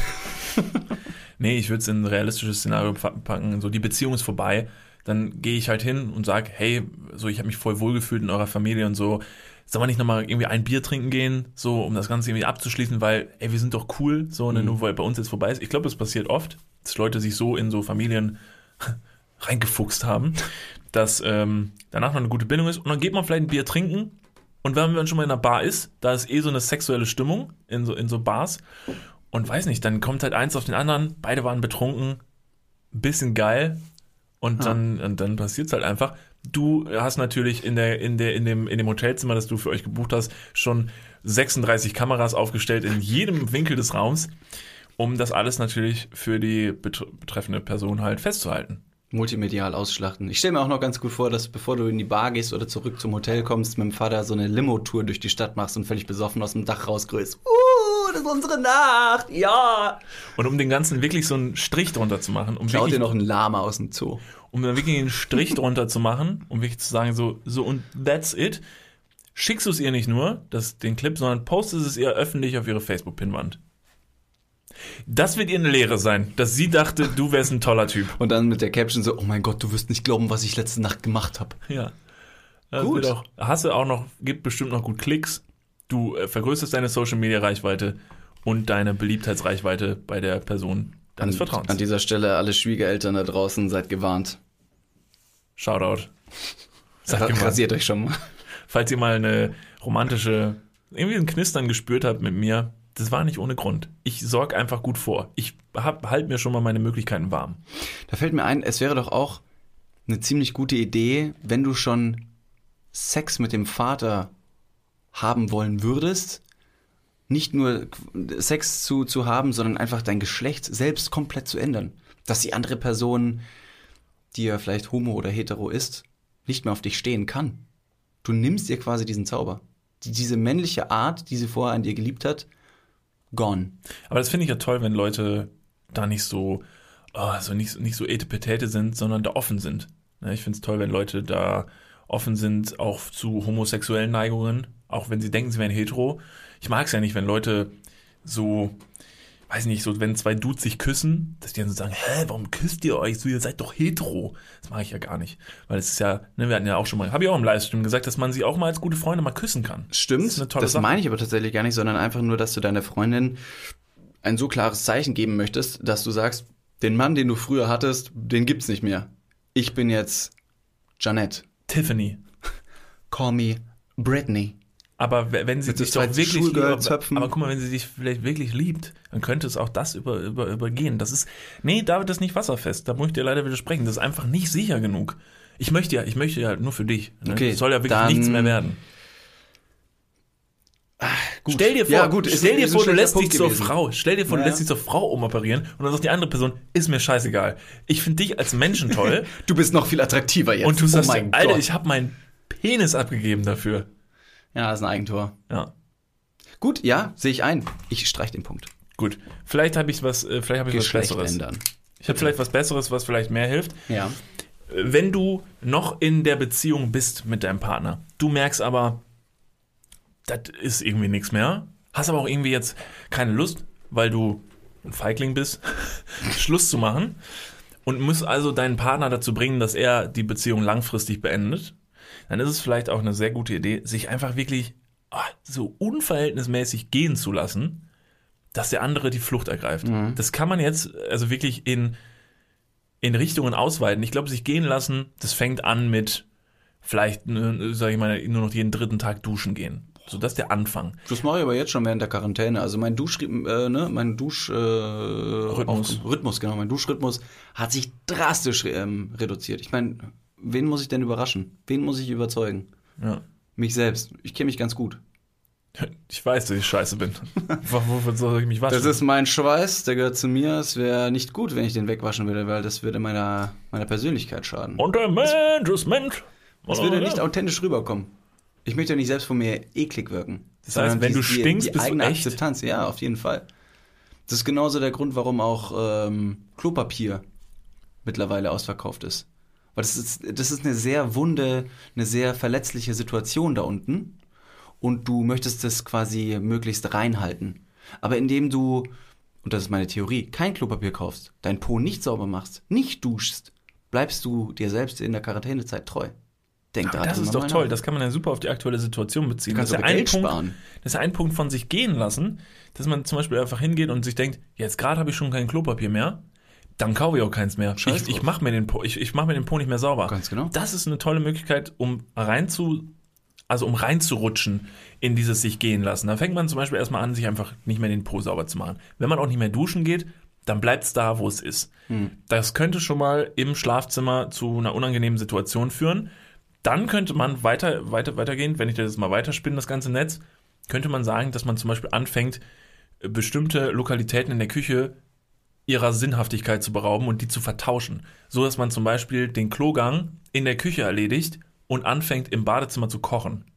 nee, ich würde es in ein realistisches Szenario packen, so die Beziehung ist vorbei, dann gehe ich halt hin und sage, hey, so ich habe mich voll wohlgefühlt in eurer Familie und so, sollen wir nicht nochmal irgendwie ein Bier trinken gehen, so um das Ganze irgendwie abzuschließen, weil, ey, wir sind doch cool, so, ne, Mhm. nur weil bei uns jetzt vorbei ist. Ich glaube, es passiert oft, dass Leute sich so in so Familien reingefuchst haben, dass ähm, danach noch eine gute Bindung ist und dann geht man vielleicht ein Bier trinken und wenn man schon mal in einer Bar ist, da ist eh so eine sexuelle Stimmung in so, in so Bars und weiß nicht, dann kommt halt eins auf den anderen, beide waren betrunken, bisschen geil und Ah. dann, und dann passiert's halt einfach. Du hast natürlich in der, in der, in dem, in dem Hotelzimmer, das du für euch gebucht hast, schon sechsunddreißig Kameras aufgestellt in jedem Winkel des Raums, um das alles natürlich für die betr- betreffende Person halt festzuhalten. Multimedial ausschlachten. Ich stelle mir auch noch ganz gut vor, dass bevor du in die Bar gehst oder zurück zum Hotel kommst, mit dem Vater so eine Limo-Tour durch die Stadt machst und völlig besoffen aus dem Dach rausgrüßt. Uh, das ist unsere Nacht, ja. Und um den Ganzen wirklich so einen Strich drunter zu machen, um Klaut dir wirklich, noch ein Lama aus dem Zoo. um dann wirklich einen Strich drunter zu machen, um wirklich zu sagen, so, so und that's it, schickst du es ihr nicht nur, das, den Clip, sondern postest es ihr öffentlich auf ihre Facebook-Pinwand. Das wird ihr eine Lehre sein, dass sie dachte, du wärst ein toller Typ. Und dann mit der Caption so, oh mein Gott, du wirst nicht glauben, was ich letzte Nacht gemacht habe. Ja. Das Gut. wird auch, hast du auch noch, gibt bestimmt noch gut Klicks. Du äh, vergrößerst deine Social-Media-Reichweite und deine Beliebtheitsreichweite bei der Person deines Vertrauens. An dieser Stelle alle Schwiegereltern da draußen, seid gewarnt. Shoutout. Sag ihr mal, Rasiert euch schon mal. falls ihr mal eine romantische, irgendwie ein Knistern gespürt habt mit mir, Das war nicht ohne Grund. Ich sorge einfach gut vor. Ich halte mir schon mal meine Möglichkeiten warm. Da fällt mir ein, es wäre doch auch eine ziemlich gute Idee, wenn du schon Sex mit dem Vater haben wollen würdest, nicht nur Sex zu, zu haben, sondern einfach dein Geschlecht selbst komplett zu ändern. Dass die andere Person, die ja vielleicht homo oder hetero ist, nicht mehr auf dich stehen kann. Du nimmst ihr quasi diesen Zauber. Die, diese männliche Art, die sie vorher an dir geliebt hat, gone. Aber das finde ich ja toll, wenn Leute da nicht so, oh, so nicht, nicht so etepetete sind, sondern da offen sind. Ja, ich finde es toll, wenn Leute da offen sind, auch zu homosexuellen Neigungen, auch wenn sie denken, sie wären hetero. Ich mag es ja nicht, wenn Leute so, weiß nicht, so wenn zwei Dudes sich küssen, dass die dann so sagen, hä, warum küsst ihr euch so, ihr seid doch hetero. Das mag ich ja gar nicht, weil es ist ja, ne, wir hatten ja auch schon mal, habe ich auch im Livestream gesagt, dass man sie auch mal als gute Freunde mal küssen kann. Stimmt, das ist eine tolle das Sache. meine ich aber tatsächlich gar nicht, sondern einfach nur, dass du deiner Freundin ein so klares Zeichen geben möchtest, dass du sagst, den Mann, den du früher hattest, den gibt's nicht mehr. Ich bin jetzt Janette. Tiffany. Call me Britney. Aber wenn sie Mit so sich doch zwei wirklich liebt, aber, Schulgirl-Zöpfen. aber guck mal, wenn sie sich vielleicht wirklich liebt, dann könnte es auch das über, über, übergehen. Das ist, nee, David, das ist nicht wasserfest. Da muss ich dir leider widersprechen. Das ist einfach nicht sicher genug. Ich möchte ja, ich möchte ja nur für dich. Ne? Okay, es soll ja wirklich dann- nichts mehr werden. Gut. Stell dir vor, Ja, gut, stell ist- dir ist vor, ein du schlechter lässt dich Punkt zur gewesen. Frau, stell dir vor, du Ja. lässt dich zur Frau umoperieren und dann sagt die andere Person, ist mir scheißegal. Ich finde dich als Menschen toll Du bist noch viel attraktiver jetzt. und du sagst, oh mein Alter, Gott. ich habe meinen Penis abgegeben dafür. Ja, das ist ein Eigentor. Ja. Gut, ja, sehe ich ein. Ich streich den Punkt. Gut, vielleicht habe ich was, äh, vielleicht habe ich was Geschlecht Besseres. ändern. Ich habe vielleicht was Besseres, was vielleicht mehr hilft. Ja. Wenn du noch in der Beziehung bist mit deinem Partner, du merkst aber, das ist irgendwie nichts mehr, hast aber auch irgendwie jetzt keine Lust, weil du ein Feigling bist, Schluss zu machen und musst also deinen Partner dazu bringen, dass er die Beziehung langfristig beendet, dann ist es vielleicht auch eine sehr gute Idee, sich einfach wirklich ah, so unverhältnismäßig gehen zu lassen, dass der andere die Flucht ergreift. Mhm. Das kann man jetzt also wirklich in in Richtungen ausweiten. Ich glaube, sich gehen lassen, das fängt an mit vielleicht, sage ich mal, nur noch jeden dritten Tag duschen gehen. So, das ist der Anfang. Das mache ich aber jetzt schon während der Quarantäne. Also mein Dusch, äh, ne, mein Dusch, äh, Rhythmus. Auf, Rhythmus, genau, mein Duschrhythmus hat sich drastisch ähm, reduziert. Ich meine, wen muss ich denn überraschen? Wen muss ich überzeugen? Ja. Mich selbst. Ich kenne mich ganz gut. Ich weiß, dass ich scheiße bin. Wofür soll ich mich waschen? Das ist mein Schweiß, der gehört zu mir. Es wäre nicht gut, wenn ich den wegwaschen würde, weil das würde meiner, meiner Persönlichkeit schaden. Und der Mensch ist Mensch. Das würde nicht authentisch rüberkommen. Ich möchte ja nicht selbst von mir eklig wirken. Das heißt, sondern wenn die, du stinkst, die, die bist du eigene echt? Akzeptanz, ja, auf jeden Fall. Das ist genauso der Grund, warum auch ähm, Klopapier mittlerweile ausverkauft ist. Weil das ist, das ist eine sehr wunde, eine sehr verletzliche Situation da unten. Und du möchtest das quasi möglichst reinhalten. Aber indem du, und das ist meine Theorie, kein Klopapier kaufst, dein Po nicht sauber machst, nicht duschst, bleibst du dir selbst in der Quarantänezeit treu. Denk Aber da das drüber ist doch mal toll. nach. Das kann man ja super auf die aktuelle Situation beziehen. Du kannst das ist aber ja ein Geld Punkt, sparen. Das ist ja ein Punkt von sich gehen lassen, dass man zum Beispiel einfach hingeht und sich denkt, jetzt gerade habe ich schon kein Klopapier mehr, dann kaufe ich auch keins mehr. Scheiß Ich, ich drauf. mache mir den Po, ich, ich mache mir den Po nicht mehr sauber. Ganz genau. Das ist eine tolle Möglichkeit, um rein zu, also um reinzurutschen in dieses sich gehen lassen. Da fängt man zum Beispiel erstmal an, sich einfach nicht mehr den Po sauber zu machen. Wenn man auch nicht mehr duschen geht, dann bleibt es da, wo es ist. Hm. Das könnte schon mal im Schlafzimmer zu einer unangenehmen Situation führen. Dann könnte man weiter, weiter, weitergehen, wenn ich das mal weiterspinne, das ganze Netz, könnte man sagen, dass man zum Beispiel anfängt, bestimmte Lokalitäten in der Küche ihrer Sinnhaftigkeit zu berauben und die zu vertauschen. So dass man zum Beispiel den Klogang in der Küche erledigt und anfängt, im Badezimmer zu kochen.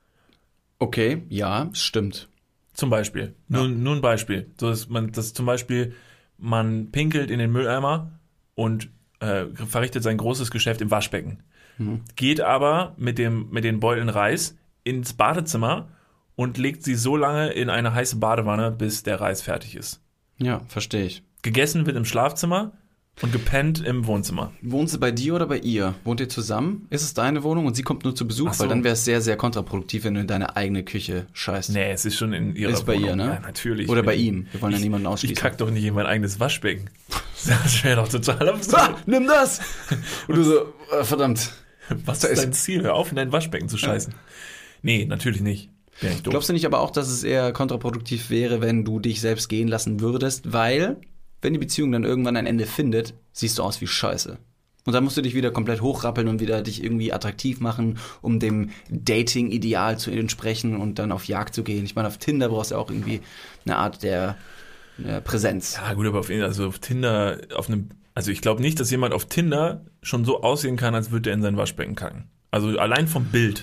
Okay, ja, stimmt. Zum Beispiel. Nur, nur ein Beispiel. So dass man, dass zum Beispiel man pinkelt in den Mülleimer und äh, verrichtet sein großes Geschäft im Waschbecken. Mhm. Geht aber mit dem mit den Beuteln Reis ins Badezimmer und legt sie so lange in eine heiße Badewanne, bis der Reis fertig ist. Ja, verstehe ich. Gegessen wird im Schlafzimmer und gepennt im Wohnzimmer. Wohnt sie bei dir oder bei ihr? Wohnt ihr zusammen? Ist es deine Wohnung und sie kommt nur zu Besuch? Ach so. Weil dann wäre es sehr, sehr kontraproduktiv, wenn du in deine eigene Küche scheißt. Nee, es ist schon in ihrer Ist bei Wohnung. ihr, ne? Ja, natürlich. Oder bei Ich- ihm. Wir wollen ja ich- niemanden Ich ausschließen. kack doch nicht in mein eigenes Waschbecken. Das wäre doch total Ah, absurd. nimm das! Und du so, äh, verdammt. Was Da ist ist- dein Ziel? Hör auf, in dein Waschbecken zu scheißen. Nee, natürlich nicht. Wäre ich doof. Glaubst du nicht aber auch, dass es eher kontraproduktiv wäre, wenn du dich selbst gehen lassen würdest? Weil, wenn die Beziehung dann irgendwann ein Ende findet, siehst du aus wie Scheiße. Und dann musst du dich wieder komplett hochrappeln und wieder dich irgendwie attraktiv machen, um dem Dating-Ideal zu entsprechen und dann auf Jagd zu gehen. Ich meine, auf Tinder brauchst du auch irgendwie eine Art der, der Präsenz. Ja gut, aber auf, also auf Tinder, auf einem, also ich glaube nicht, dass jemand auf Tinder schon so aussehen kann, als würde er in sein Waschbecken kacken. Also allein vom Bild.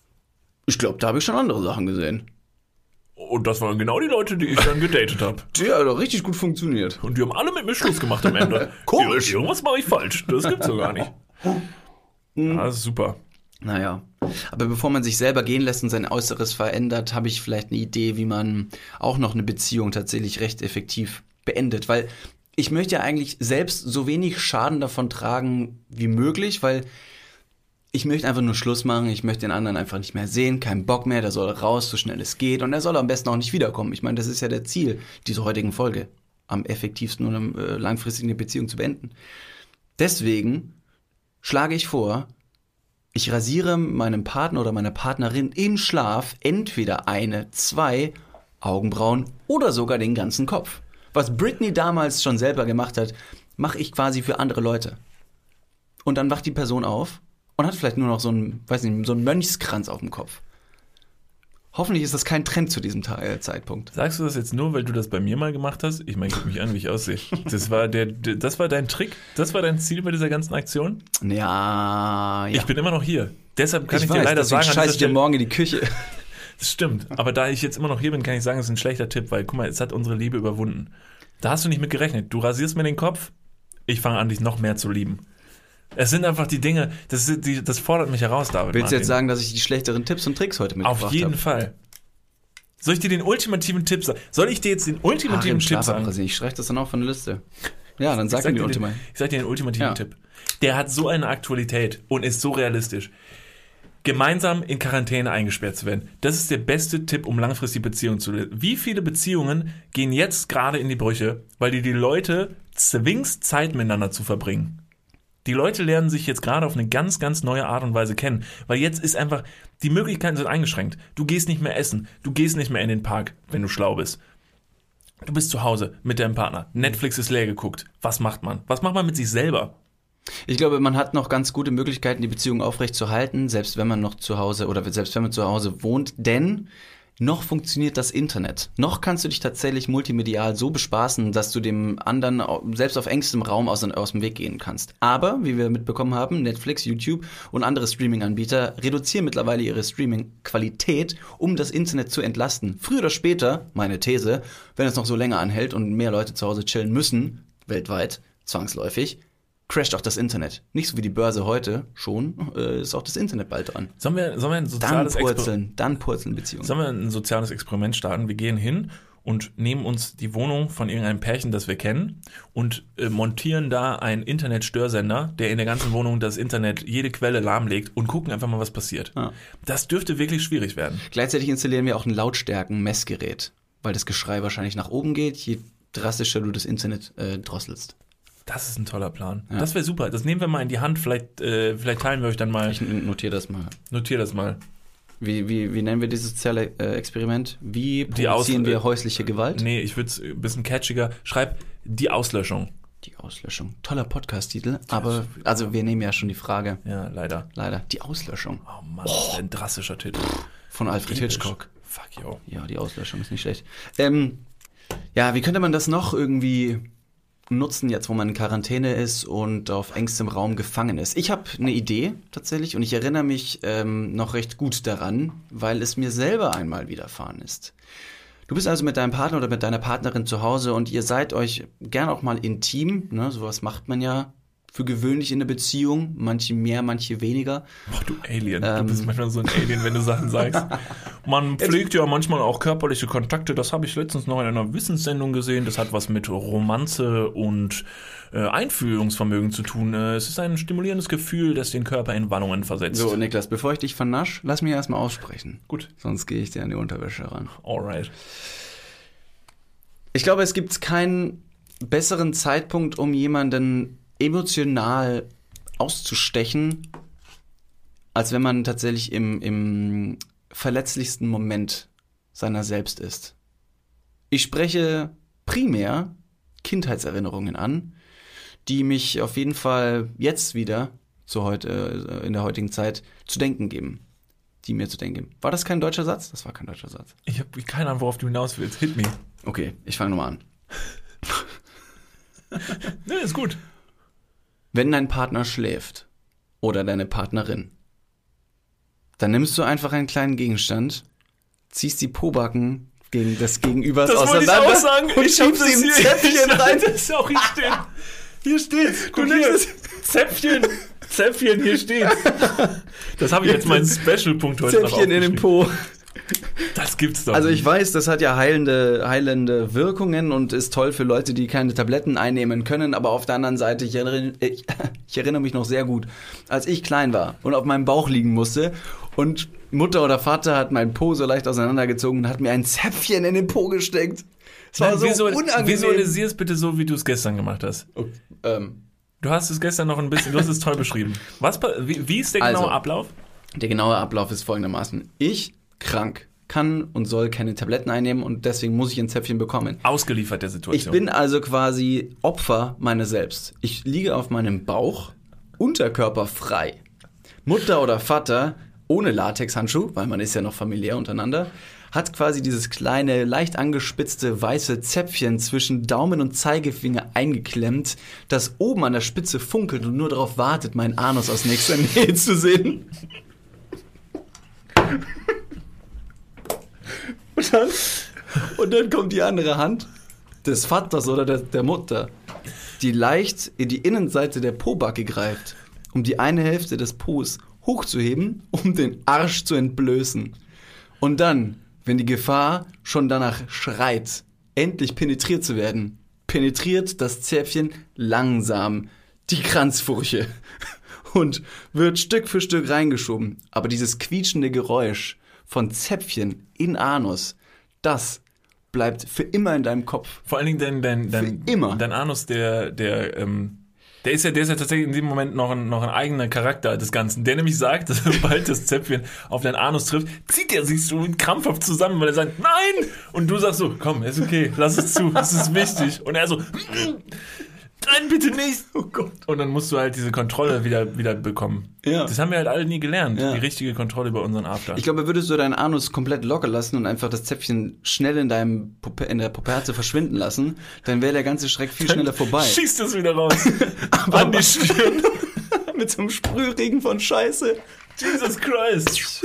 Ich glaube, da habe ich schon andere Sachen gesehen. Und das waren genau die Leute, die ich dann gedatet habe. Die hat doch richtig gut funktioniert. Und die haben alle mit mir Schluss gemacht am Ende. Komisch. Irgendwas mache ich falsch. Das gibt's doch gar nicht. Ja, das ist super. Naja, aber bevor man sich selber gehen lässt und sein Äußeres verändert, habe ich vielleicht eine Idee, wie man auch noch eine Beziehung tatsächlich recht effektiv beendet. Weil ich möchte ja eigentlich selbst so wenig Schaden davon tragen wie möglich, weil ich möchte einfach nur Schluss machen, ich möchte den anderen einfach nicht mehr sehen, keinen Bock mehr, der soll raus, so schnell es geht und er soll am besten auch nicht wiederkommen. Ich meine, das ist ja der Ziel dieser heutigen Folge, am effektivsten und am äh, langfristig eine Beziehung zu beenden. Deswegen schlage ich vor, ich rasiere meinem Partner oder meiner Partnerin im Schlaf entweder eine, zwei Augenbrauen oder sogar den ganzen Kopf. Was Britney damals schon selber gemacht hat, mache ich quasi für andere Leute. Und dann wacht die Person auf und hat vielleicht nur noch so einen, weiß nicht, so einen Mönchskranz auf dem Kopf. Hoffentlich ist das kein Trend zu diesem Teil, Zeitpunkt. Sagst du das jetzt nur, weil du das bei mir mal gemacht hast? Ich meine, guck mich an, wie ich aussehe. Das war der, der, das war dein Trick? Das war dein Ziel bei dieser ganzen Aktion? Ja, ja. Ich bin immer noch hier. Deshalb kann ich, ich dir weiß, leider deswegen sagen, scheiße ich dir morgen in die Küche. Das stimmt. Aber da ich jetzt immer noch hier bin, kann ich sagen, es ist ein schlechter Tipp, weil, guck mal, es hat unsere Liebe überwunden. Da hast du nicht mit gerechnet. Du rasierst mir den Kopf, ich fange an, dich noch mehr zu lieben. Es sind einfach die Dinge, das, ist, die, das fordert mich heraus, David. Willst Martin. du jetzt sagen, dass ich die schlechteren Tipps und Tricks heute mitgebracht habe? Auf jeden hab? Fall. Soll ich dir den ultimativen Tipp sagen? Soll ich dir jetzt den ultimativen Tipp sagen? Ich streiche das dann auch von der Liste. Ja, dann sag, sag mir dir den den, ultimativen. Ich sag dir den ultimativen Ja. Tipp. Der hat so eine Aktualität und ist so realistisch. Gemeinsam in Quarantäne eingesperrt zu werden. Das ist der beste Tipp, um langfristig Beziehungen zu leben. Wie viele Beziehungen gehen jetzt gerade in die Brüche, weil du die Leute zwingst, Zeit miteinander zu verbringen? Die Leute lernen sich jetzt gerade auf eine ganz, ganz neue Art und Weise kennen. Weil jetzt ist einfach, die Möglichkeiten sind eingeschränkt. Du gehst nicht mehr essen. Du gehst nicht mehr in den Park, wenn du schlau bist. Du bist zu Hause mit deinem Partner. Netflix ist leer geguckt. Was macht man? Was macht man mit sich selber? Ich glaube, man hat noch ganz gute Möglichkeiten, die Beziehung aufrechtzuerhalten, selbst wenn man noch zu Hause oder selbst wenn man zu Hause wohnt, denn noch funktioniert das Internet. Noch kannst du dich tatsächlich multimedial so bespaßen, dass du dem anderen selbst auf engstem Raum aus, aus dem Weg gehen kannst. Aber, wie wir mitbekommen haben, Netflix, YouTube und andere Streaming-Anbieter reduzieren mittlerweile ihre Streaming-Qualität, um das Internet zu entlasten. Früher oder später, meine These, wenn es noch so länger anhält und mehr Leute zu Hause chillen müssen, weltweit, zwangsläufig, crasht auch das Internet. Nicht so wie die Börse heute schon, äh, ist auch das Internet bald dran. Sollen wir, sollen wir ein Dann soziales purzeln, Experiment, dann purzeln Beziehungen. sollen wir ein soziales Experiment starten? Wir gehen hin und nehmen uns die Wohnung von irgendeinem Pärchen, das wir kennen, und äh, montieren da einen Internetstörsender, der in der ganzen Wohnung das Internet, jede Quelle lahmlegt, und gucken einfach mal, was passiert. Ja. Das dürfte wirklich schwierig werden. Gleichzeitig installieren wir auch ein Lautstärken-Messgerät, weil das Geschrei wahrscheinlich nach oben geht, je drastischer du das Internet äh, drosselst. Das ist ein toller Plan. Ja. Das wäre super. Das nehmen wir mal in die Hand. Vielleicht, äh, vielleicht teilen wir euch dann mal. Ich notiere das mal. Notier das mal. Wie, wie, wie nennen wir dieses soziale äh, Experiment? Wie Die Aus- produzieren wir äh, häusliche Gewalt? Nee, ich würde es ein bisschen catchiger. Schreib die Auslöschung. Die Auslöschung. Toller Podcast-Titel, aber also wir nehmen ja schon die Frage. Ja, leider. Leider. Die Auslöschung Oh Mann, das ist ein drastischer Titel. von Alfred Episch. Hitchcock. Fuck yo. Ja, die Auslöschung ist nicht schlecht. Ähm, ja, wie könnte man das noch irgendwie nutzen, jetzt wo man in Quarantäne ist und auf engstem Raum gefangen ist? Ich habe eine Idee tatsächlich und ich erinnere mich ähm, noch recht gut daran, weil es mir selber einmal widerfahren ist. Du bist also mit deinem Partner oder mit deiner Partnerin zu Hause und ihr seid euch gern auch mal intim, ne? Sowas macht man ja für gewöhnlich in der Beziehung, manche mehr, manche weniger. Boah, du Alien. Ähm. Du bist manchmal so ein Alien, wenn du Sachen sagst. Man pflegt ja manchmal auch körperliche Kontakte. Das habe ich letztens noch in einer Wissenssendung gesehen. Das hat was mit Romanze und äh, Einfühlungsvermögen zu tun. Äh, es ist ein stimulierendes Gefühl, das den Körper in Wallungen versetzt. So, Niklas, bevor ich dich vernasch, lass mich erstmal aussprechen. Gut. Sonst gehe ich dir an die Unterwäsche ran. Alright. Ich glaube, es gibt keinen besseren Zeitpunkt, um jemanden emotional auszustechen, als wenn man tatsächlich im, im verletzlichsten Moment seiner selbst ist. Ich spreche primär Kindheitserinnerungen an, die mich auf jeden Fall jetzt wieder, zu heute, in der heutigen Zeit, zu denken geben. Die mir zu denken geben. War das kein deutscher Satz? Das war kein deutscher Satz. Ich habe keine Ahnung, worauf du hinaus willst. Hit me. Okay, ich fange nochmal an. Ne, ist gut. Wenn dein Partner schläft oder deine Partnerin, dann nimmst du einfach einen kleinen Gegenstand, ziehst die Pobacken gegen des Gegenübers das auseinander wollte ich auch sagen. und ich schiebst ihm ein Zäpfchen rein. Das ist auch hier stehen. Hier steht's. Du nimmst Zäpfchen. Zäpfchen, hier steht's. Das habe ich jetzt meinen Special-Punkt heute noch Zäpfchen in den Po. Das gibt's doch Also nicht. ich weiß, das hat ja heilende, heilende Wirkungen und ist toll für Leute, die keine Tabletten einnehmen können, aber auf der anderen Seite, ich erinnere, ich, ich erinnere mich noch sehr gut, als ich klein war und auf meinem Bauch liegen musste und Mutter oder Vater hat meinen Po so leicht auseinandergezogen und hat mir ein Zäpfchen in den Po gesteckt. Es war Nein, so visual, unangenehm. Visualisier es bitte so, wie du es gestern gemacht hast. Okay, ähm, Du hast es gestern noch ein bisschen, du hast es toll beschrieben. Was, wie, wie ist der genaue Also, Ablauf? Der genaue Ablauf ist folgendermaßen. Ich, krank, kann und soll keine Tabletten einnehmen und deswegen muss ich ein Zäpfchen bekommen. Ausgeliefert der Situation. Ich bin also quasi Opfer meiner selbst. Ich liege auf meinem Bauch, Unterkörper frei. Mutter oder Vater, ohne Latexhandschuh, weil man ist ja noch familiär untereinander, hat quasi dieses kleine, leicht angespitzte weiße Zäpfchen zwischen Daumen und Zeigefinger eingeklemmt, das oben an der Spitze funkelt und nur darauf wartet, meinen Anus aus nächster Nähe zu sehen. Und dann, und dann kommt die andere Hand des Vaters oder der, der Mutter, die leicht in die Innenseite der Pobacke greift, um die eine Hälfte des Po's hochzuheben, um den Arsch zu entblößen. Und dann, wenn die Gefahr schon danach schreit, endlich penetriert zu werden, penetriert das Zäpfchen langsam die Kranzfurche und wird Stück für Stück reingeschoben. Aber dieses quietschende Geräusch von Zäpfchen in Anus, das bleibt für immer in deinem Kopf. Vor allen Dingen dein, dein, dein, Für immer. dein Anus, der, der, ähm, der ist ja, der ist ja tatsächlich in dem Moment noch ein, noch ein eigener Charakter des Ganzen. Der nämlich sagt, dass sobald das Zäpfchen auf deinen Anus trifft, zieht er sich so krampfhaft zusammen, weil er sagt, nein! Und du sagst so, komm, ist okay, lass es zu, das ist wichtig. Und er so, nein, bitte nicht! Oh Gott. Und dann musst du halt diese Kontrolle wieder, wieder bekommen. Ja. Das haben wir halt alle nie gelernt, Ja. die richtige Kontrolle über unseren After. Ich glaube, würdest du deinen Anus komplett locker lassen und einfach das Zäpfchen schnell in deinem Puppe, in der Puperte verschwinden lassen, dann wäre der ganze Schreck viel schneller vorbei. Schießt es wieder raus. An die Stirn. Mit so einem Sprühregen von Scheiße. Jesus Christ.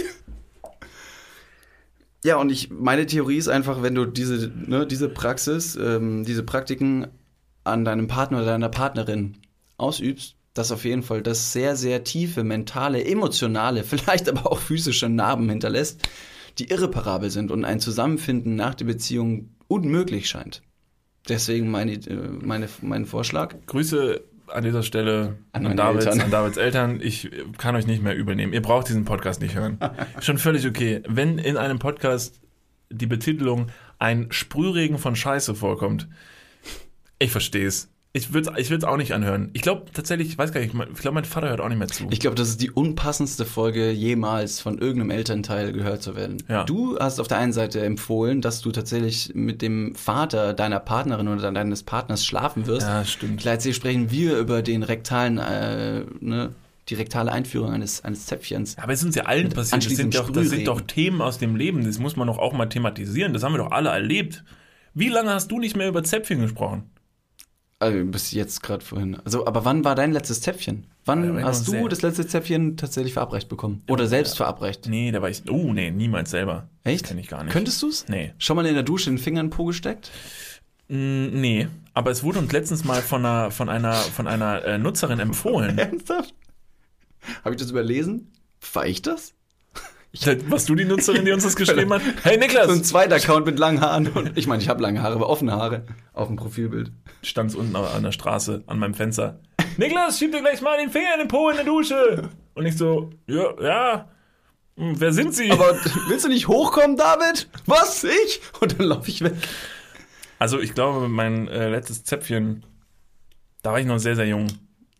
Ja, und ich, meine Theorie ist einfach, wenn du diese, ne, diese Praxis, ähm, diese Praktiken an deinem Partner oder deiner Partnerin ausübst, dass auf jeden Fall das sehr, sehr tiefe, mentale, emotionale, vielleicht aber auch physische Narben hinterlässt, die irreparabel sind und ein Zusammenfinden nach der Beziehung unmöglich scheint. Deswegen meine, meine, mein Vorschlag. Grüße an dieser Stelle An an, meine Davids, Eltern. an Davids Eltern. Ich kann euch nicht mehr übernehmen. Ihr braucht diesen Podcast nicht hören. Schon völlig okay. Wenn in einem Podcast die Betitelung ein Sprühregen von Scheiße vorkommt, ich verstehe es. Ich würde es ich würd's auch nicht anhören. Ich glaube tatsächlich, ich weiß gar nicht, ich glaube, mein Vater hört auch nicht mehr zu. Ich glaube, das ist die unpassendste Folge jemals von irgendeinem Elternteil gehört zu werden. Ja. Du hast auf der einen Seite empfohlen, dass du tatsächlich mit dem Vater deiner Partnerin oder deines Partners schlafen wirst. Ja, stimmt. Gleichzeitig sprechen wir über den rektalen, äh, ne, die rektale Einführung eines, eines Zäpfchens. Aber es ist uns ja allen Mit passiert. Das sind, anschließendem doch, das sind Sprühregen. doch Themen aus dem Leben. Das muss man doch auch mal thematisieren. Das haben wir doch alle erlebt. Wie lange hast du nicht mehr über Zäpfchen gesprochen? Also bis jetzt gerade vorhin. Also, aber wann war dein letztes Zäpfchen? Wann Ja, hast du sehr- das letzte Zäpfchen tatsächlich verabreicht bekommen? Oder selbst verabreicht? Nee, da war ich. Oh, nee, niemals selber. Echt? Das kenn ich gar nicht. Könntest du's? Nee. Schon mal in der Dusche den Finger in den Po gesteckt? Mm, nee. Aber es wurde uns letztens mal von einer, von einer, von einer äh, Nutzerin empfohlen. Ernsthaft? Habe ich das überlesen? War ich das? Warst du die Nutzerin, die uns das geschrieben hat? Hey Niklas! So ein zweiter Account mit langen Haaren. Und ich meine, ich habe lange Haare, aber offene Haare auf dem Profilbild. Stand's unten an der Straße, an meinem Fenster. Niklas, schieb dir gleich mal den Finger in den Po in der Dusche. Und ich so, ja, ja. Hm, wer sind Sie? Aber willst du nicht hochkommen, David? Was? Ich? Und dann laufe ich weg. Also ich glaube, mein äh, letztes Zäpfchen, da war ich noch sehr, sehr jung.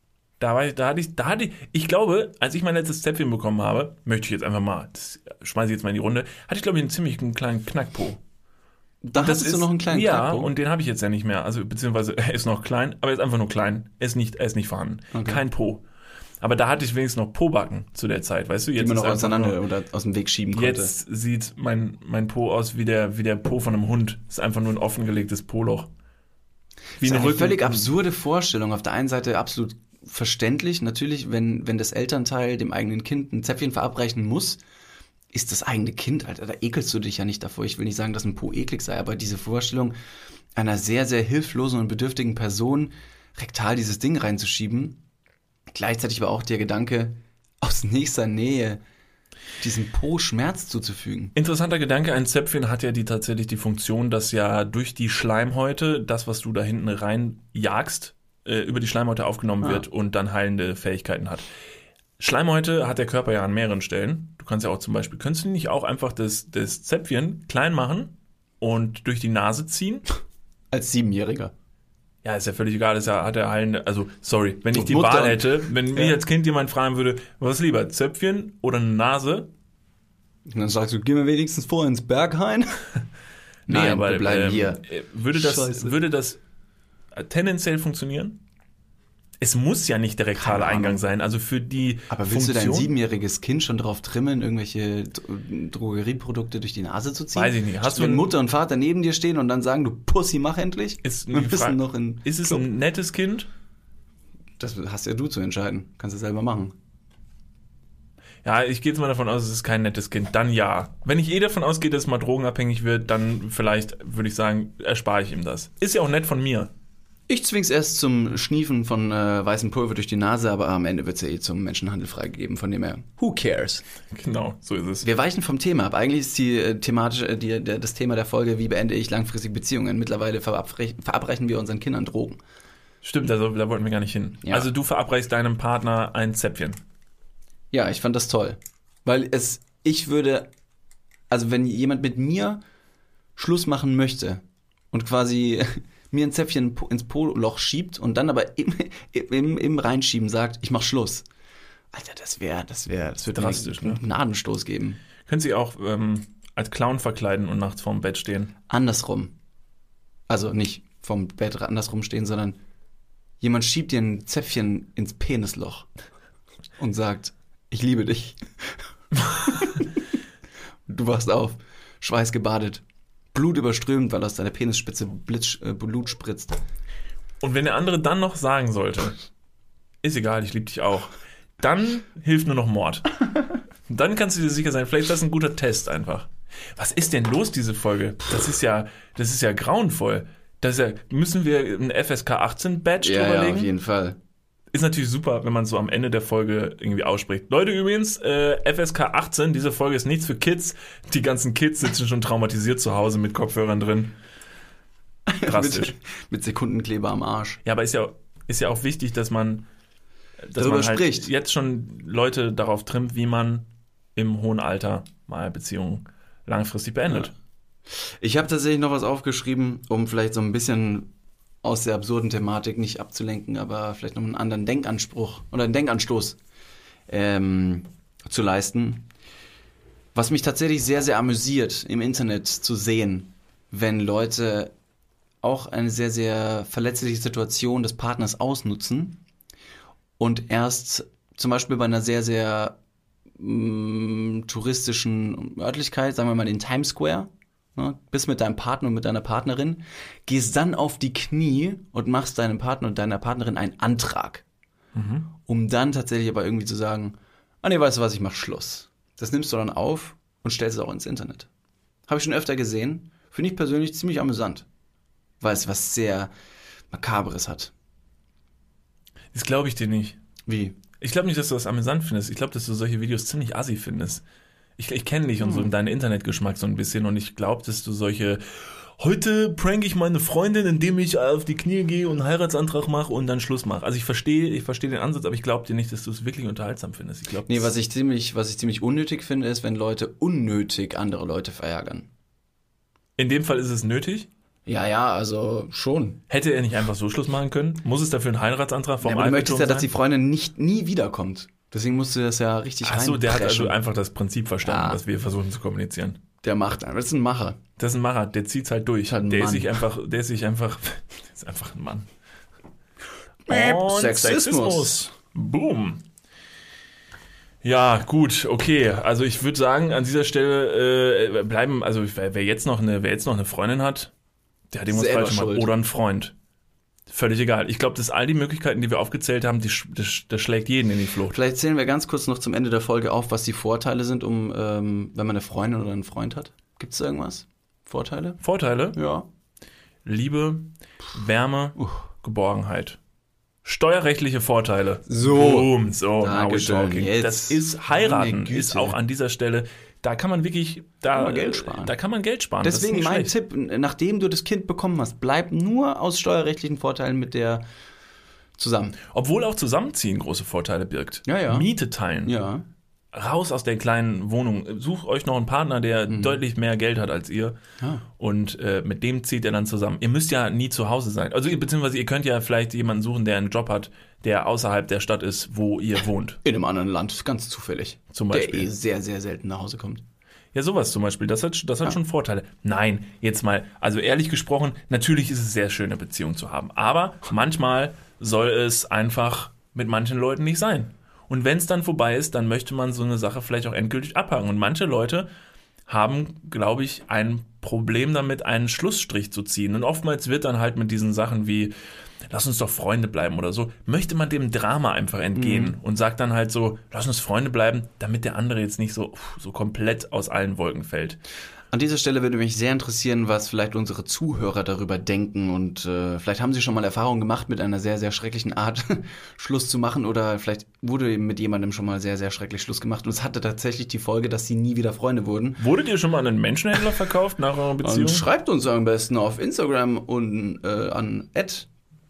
Da war ich, da hatte ich, da hatte ich, ich glaube, als ich mein letztes Zäpfchen bekommen habe, möchte ich jetzt einfach mal, das schmeiße ich jetzt mal in die Runde, hatte ich glaube ich einen ziemlich einen kleinen Knackpo. Da Und das hattest ist, du noch einen kleinen Ja, Knackpo? und den habe ich jetzt ja nicht mehr. Also, beziehungsweise, er ist noch klein, aber er ist einfach nur klein. Er ist nicht, er ist nicht vorhanden. Okay. Kein Po. Aber da hatte ich wenigstens noch Po-Backen zu der Zeit, weißt du? Jetzt die man ist noch einfach auseinander nur- oder aus dem Weg schieben konnte. Jetzt sieht mein, mein Po aus wie der, wie der Po von einem Hund. Ist einfach nur ein offengelegtes Po-Loch. Wie Das ist ein eine Rücken. völlig absurde Vorstellung. Auf der einen Seite absolut verständlich. Natürlich, wenn, wenn das Elternteil dem eigenen Kind ein Zäpfchen verabreichen muss, ist das eigene Kind, Alter, da ekelst du dich ja nicht davor. Ich will nicht sagen, dass ein Po eklig sei, aber diese Vorstellung einer sehr, sehr hilflosen und bedürftigen Person rektal dieses Ding reinzuschieben, gleichzeitig war auch der Gedanke, aus nächster Nähe diesem Po Schmerz zuzufügen. Interessanter Gedanke, ein Zäpfchen hat ja die tatsächlich die Funktion, dass ja durch die Schleimhäute, das, was du da hinten reinjagst, äh, über die Schleimhäute aufgenommen Ah. wird und dann heilende Fähigkeiten hat. Schleimhäute hat der Körper ja an mehreren Stellen. Du kannst ja auch zum Beispiel, könntest du nicht auch einfach das, das Zäpfchen klein machen und durch die Nase ziehen? Als Siebenjähriger. Ja, ist ja völlig egal, ist ja, hat er heilende, also sorry, wenn ich Und die Mutter- Wahl hätte, wenn mich Ja. als Kind jemand fragen würde, was lieber, Zäpfchen oder eine Nase? Und dann sagst du, geh mir wenigstens vor ins Berghain. Nein, wir bleiben ähm, hier. äh, Würde das, Scheiße. würde das tendenziell funktionieren? Es muss ja nicht der rektale Keine Ahnung. Eingang sein. Also für die Aber willst du dein Funktion, siebenjähriges Kind schon drauf trimmen, irgendwelche Dro- Drogerieprodukte durch die Nase zu ziehen? Weiß ich nicht. Hast du Wenn ein- Mutter und Vater neben dir stehen und dann sagen, du Pussy, mach endlich? ist, Wir die müssen Frage, noch in ist es Club. ein nettes Kind? Das hast ja du zu entscheiden. Kannst du selber machen. Ja, ich gehe jetzt mal davon aus, es ist kein nettes Kind. Dann ja. Wenn ich eh davon ausgehe, dass es mal drogenabhängig wird, dann vielleicht würde ich sagen, erspare ich ihm das. Ist ja auch nett von mir. Ich zwing's erst zum Schniefen von äh, weißem Pulver durch die Nase, aber am Ende wird's ja eh zum Menschenhandel freigegeben, von dem her, who cares? Genau, so ist es. Wir weichen vom Thema ab. Eigentlich ist die äh, thematische, äh, die, der, das Thema der Folge, wie beende ich langfristige Beziehungen? Mittlerweile verabreichen, verabreichen wir unseren Kindern Drogen. Stimmt, also, da wollten wir gar nicht hin. Ja. Also du verabreichst deinem Partner ein Zäpfchen. Ja, ich fand das toll. Weil es, ich würde, also wenn jemand mit mir Schluss machen möchte und quasi mir ein Zäpfchen ins Po-Loch schiebt und dann aber im, im, im Reinschieben sagt, ich mach Schluss. Alter, das wäre, das wäre, das würde Drastisch, einen ne? Gnadenstoß geben. Können Sie auch ähm, als Clown verkleiden und nachts vorm Bett stehen? Andersrum. Also nicht vom Bett andersrum stehen, sondern jemand schiebt dir ein Zäpfchen ins Penisloch und sagt, ich liebe dich. Du wachst auf, schweißgebadet, blutüberströmt, weil aus deiner Penisspitze Blitz, äh, Blut spritzt. Und wenn der andere dann noch sagen sollte, ist egal, ich liebe dich auch, dann hilft nur noch Mord. Dann kannst du dir sicher sein, vielleicht ist das ein guter Test einfach. Was ist denn los, diese Folge? Das ist ja, das ist ja grauenvoll. Das ist ja, müssen wir ein F S K achtzehn Badge Ja, ja, drüberlegen? auf jeden Fall. Ist natürlich super, wenn man so am Ende der Folge irgendwie ausspricht. Leute, übrigens, äh, F S K achtzehn, diese Folge ist nichts für Kids. Die ganzen Kids sitzen schon traumatisiert zu Hause mit Kopfhörern drin. Drastisch. mit, mit Sekundenkleber am Arsch. Ja, aber ist ja, ist ja auch wichtig, dass man, dass Darüber man halt spricht. jetzt schon Leute darauf trimmt, wie man im hohen Alter mal Beziehungen langfristig beendet. Ja. Ich habe tatsächlich noch was aufgeschrieben, um vielleicht so ein bisschen aus der absurden Thematik nicht abzulenken, aber vielleicht noch einen anderen Denkanspruch oder einen Denkanstoß ähm, zu leisten. Was mich tatsächlich sehr, sehr amüsiert, im Internet zu sehen, wenn Leute auch eine sehr, sehr verletzliche Situation des Partners ausnutzen und erst zum Beispiel bei einer sehr, sehr mh, touristischen Örtlichkeit, sagen wir mal in Times Square, ne, bist mit deinem Partner und mit deiner Partnerin, gehst dann auf die Knie und machst deinem Partner und deiner Partnerin einen Antrag, Mhm. um dann tatsächlich aber irgendwie zu sagen, ah nee, weißt du was, ich mach Schluss. Das nimmst du dann auf und stellst es auch ins Internet. Habe ich schon öfter gesehen, finde ich persönlich ziemlich amüsant, weil es was sehr Makabres hat. Das glaube ich dir nicht. Wie? Ich glaube nicht, dass du das amüsant findest. Ich glaube, dass du solche Videos ziemlich assi findest. Ich, ich kenne dich und so Hm. deinen Internetgeschmack so ein bisschen und ich glaube, dass du solche heute prank ich meine Freundin, indem ich auf die Knie gehe und einen Heiratsantrag mache und dann Schluss mache. Also ich verstehe ich verstehe den Ansatz, aber ich glaube dir nicht, dass du es wirklich unterhaltsam findest. Ich glaube, Nee, was ich ziemlich, was ich ziemlich unnötig finde, ist, wenn Leute unnötig andere Leute verärgern. in dem Fall ist es nötig. Ja, ja, also schon. Hätte er nicht einfach so Schluss machen können? Muss es dafür einen Heiratsantrag vom Ja, aber du möchtest ja, sein? dass die Freundin nicht nie wiederkommt. Deswegen musst du das ja richtig Ach so, der hat also reinpreschen. einfach das Prinzip verstanden, Ja. was wir versuchen zu kommunizieren. Der macht einfach. Das ist ein Macher. Das ist ein Macher, der zieht's halt durch. Halt ein der ist Mann. sich einfach, der ist sich einfach, der ist einfach ein Mann. Und Sexismus. Boom. Ja, gut, okay. Also ich würde sagen, an dieser Stelle äh, bleiben, also wer, wer jetzt noch eine, wer jetzt noch eine Freundin hat, der hat irgendwas Selber falsch gemacht. schuld. Oder einen Freund. Völlig egal. Ich glaube, dass all die Möglichkeiten, die wir aufgezählt haben, die, sch- das, das schlägt jeden in die Flucht. Vielleicht zählen wir ganz kurz noch zum Ende der Folge auf, was die Vorteile sind, um ähm, wenn man eine Freundin oder einen Freund hat. Gibt es da irgendwas? Vorteile? Vorteile? Ja. Liebe, Wärme, Uh. Geborgenheit. Steuerrechtliche Vorteile. So. Boom. So, now we're Dankeschön. talking. Jetzt. Das ist heiraten, Meine Güte. ist auch an dieser Stelle, da kann man wirklich, da, Kann man Geld sparen. Da kann man Geld sparen. Deswegen das ist mein nicht schlecht. Tipp, nachdem du das Kind bekommen hast, bleib nur aus steuerrechtlichen Vorteilen mit der zusammen. Obwohl auch Zusammenziehen große Vorteile birgt. Ja, ja. Miete teilen. Ja. Raus aus der kleinen Wohnung. Sucht euch noch einen Partner, der deutlich mehr Geld hat als ihr. Ah. Und äh, mit dem zieht ihr dann zusammen. Ihr müsst ja nie zu Hause sein. Also ihr- beziehungsweise ihr könnt ja vielleicht jemanden suchen, der einen Job hat, der außerhalb der Stadt ist, wo ihr wohnt. In einem anderen Land, ganz zufällig. Zum Der Beispiel. eh sehr, sehr selten nach Hause kommt. Ja, sowas zum Beispiel, das hat, das hat Ja. schon Vorteile. Nein, jetzt mal, also ehrlich gesprochen, natürlich ist es sehr schön, eine Beziehung zu haben. Aber manchmal soll es einfach mit manchen Leuten nicht sein. Und wenn es dann vorbei ist, dann möchte man so eine Sache vielleicht auch endgültig abhaken. Und manche Leute haben, glaube ich, ein Problem damit, einen Schlussstrich zu ziehen. Und oftmals wird dann halt mit diesen Sachen wie, lass uns doch Freunde bleiben oder so, möchte man dem Drama einfach entgehen und sagt dann halt so, lass uns Freunde bleiben, damit der andere jetzt nicht so, so komplett aus allen Wolken fällt. An dieser Stelle würde mich sehr interessieren, was vielleicht unsere Zuhörer darüber denken und äh, vielleicht haben sie schon mal Erfahrungen gemacht mit einer sehr, sehr schrecklichen Art Schluss zu machen oder vielleicht wurde mit jemandem schon mal sehr, sehr schrecklich Schluss gemacht und es hatte tatsächlich die Folge, dass sie nie wieder Freunde wurden. Wurdet ihr schon mal an einen Menschenhändler verkauft nach eurer Beziehung? Und schreibt uns am besten auf Instagram und äh, an Ed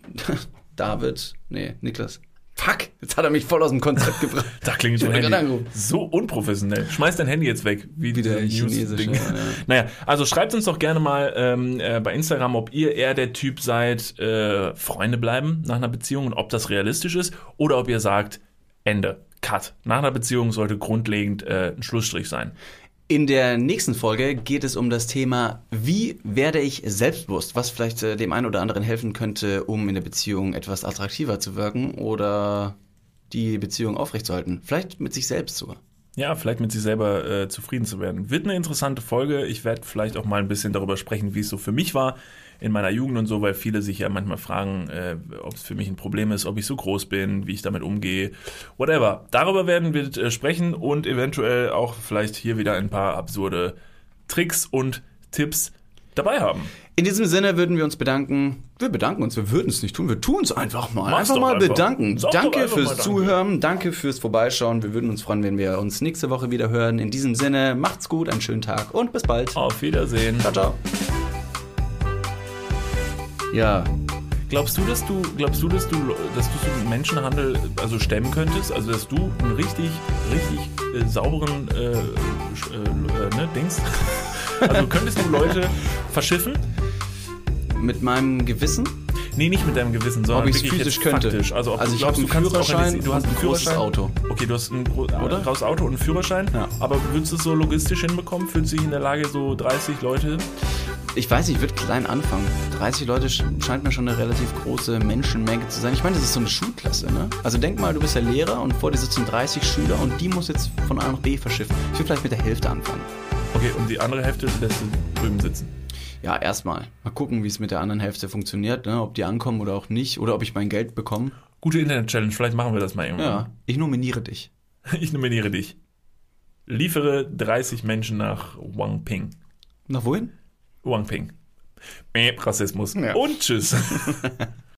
David, nee, Niklas. Fuck, jetzt hat er mich voll aus dem Konzept gebracht. Da klingelt Ich dein wurde gerade Handy. angerufen. So unprofessionell. Schmeiß dein Handy jetzt weg. Wie Wieder diese chinesische, News-Ding. ja. Naja, also schreibt uns doch gerne mal ähm, äh, bei Instagram, ob ihr eher der Typ seid, äh, Freunde bleiben nach einer Beziehung und ob das realistisch ist oder ob ihr sagt, Ende, Cut. Nach einer Beziehung sollte grundlegend äh, ein Schlussstrich sein. In der nächsten Folge geht es um das Thema, wie werde ich selbstbewusst, was vielleicht äh, dem einen oder anderen helfen könnte, um in der Beziehung etwas attraktiver zu wirken oder die Beziehung aufrechtzuerhalten. Vielleicht mit sich selbst sogar. Ja, vielleicht mit sich selber äh, zufrieden zu werden. Wird eine interessante Folge. Ich werde vielleicht auch mal ein bisschen darüber sprechen, wie es so für mich war in meiner Jugend und so, weil viele sich ja manchmal fragen, äh, ob es für mich ein Problem ist, ob ich so groß bin, wie ich damit umgehe, whatever. Darüber werden wir äh, sprechen und eventuell auch vielleicht hier wieder ein paar absurde Tricks und Tipps dabei haben. In diesem Sinne würden wir uns bedanken. Wir bedanken uns, wir würden es nicht tun, wir tun es einfach mal. Mach's einfach doch mal einfach. bedanken. Sag doch Danke einfach fürs mal danke. Zuhören, danke fürs Vorbeischauen. Wir würden uns freuen, wenn wir uns nächste Woche wieder hören. In diesem Sinne, macht's gut, einen schönen Tag und bis bald. Auf Wiedersehen. Ciao, ciao. Ja, Glaubst du, dass du, glaubst du, dass du, dass du so einen Menschenhandel also stemmen könntest? Also dass du einen richtig, richtig äh, sauberen äh, sch- äh, äh, ne, Dings. Also könntest du Leute verschiffen? mit meinem Gewissen. Nee, nicht mit deinem Gewissen, sondern Ob ich's wirklich physisch jetzt könnte. faktisch. Also, ob Also du ich glaubst, hab du einen kannst auch Führerschein organisieren- du hast und einen ein großes Führerschein. Auto. Okay, du hast ein gro Oder? graues Auto und einen Führerschein. Ja. Aber würdest du es so logistisch hinbekommen? Fühlst du dich in der Lage, so dreißig Leute? Ich weiß, ich würde klein anfangen. dreißig Leute sch- scheint mir schon eine relativ große Menschenmenge zu sein. Ich meine, das ist so eine Schulklasse, ne? Also denk mal, du bist ja Lehrer und vor dir sitzen dreißig Schüler und die muss jetzt von A nach B verschiffen. Ich würde vielleicht mit der Hälfte anfangen. Okay, und die andere Hälfte lässt du drüben sitzen. Ja, erstmal. Mal gucken, wie es mit der anderen Hälfte funktioniert, ne? Ob die ankommen oder auch nicht. Oder ob ich mein Geld bekomme. Gute Internet-Challenge, vielleicht machen wir das mal irgendwann. Ja, ich nominiere dich. Ich nominiere dich. Liefere dreißig Menschen nach Wangping. Nach wohin? Wangping. Mäh, Rassismus. Ja. Und tschüss.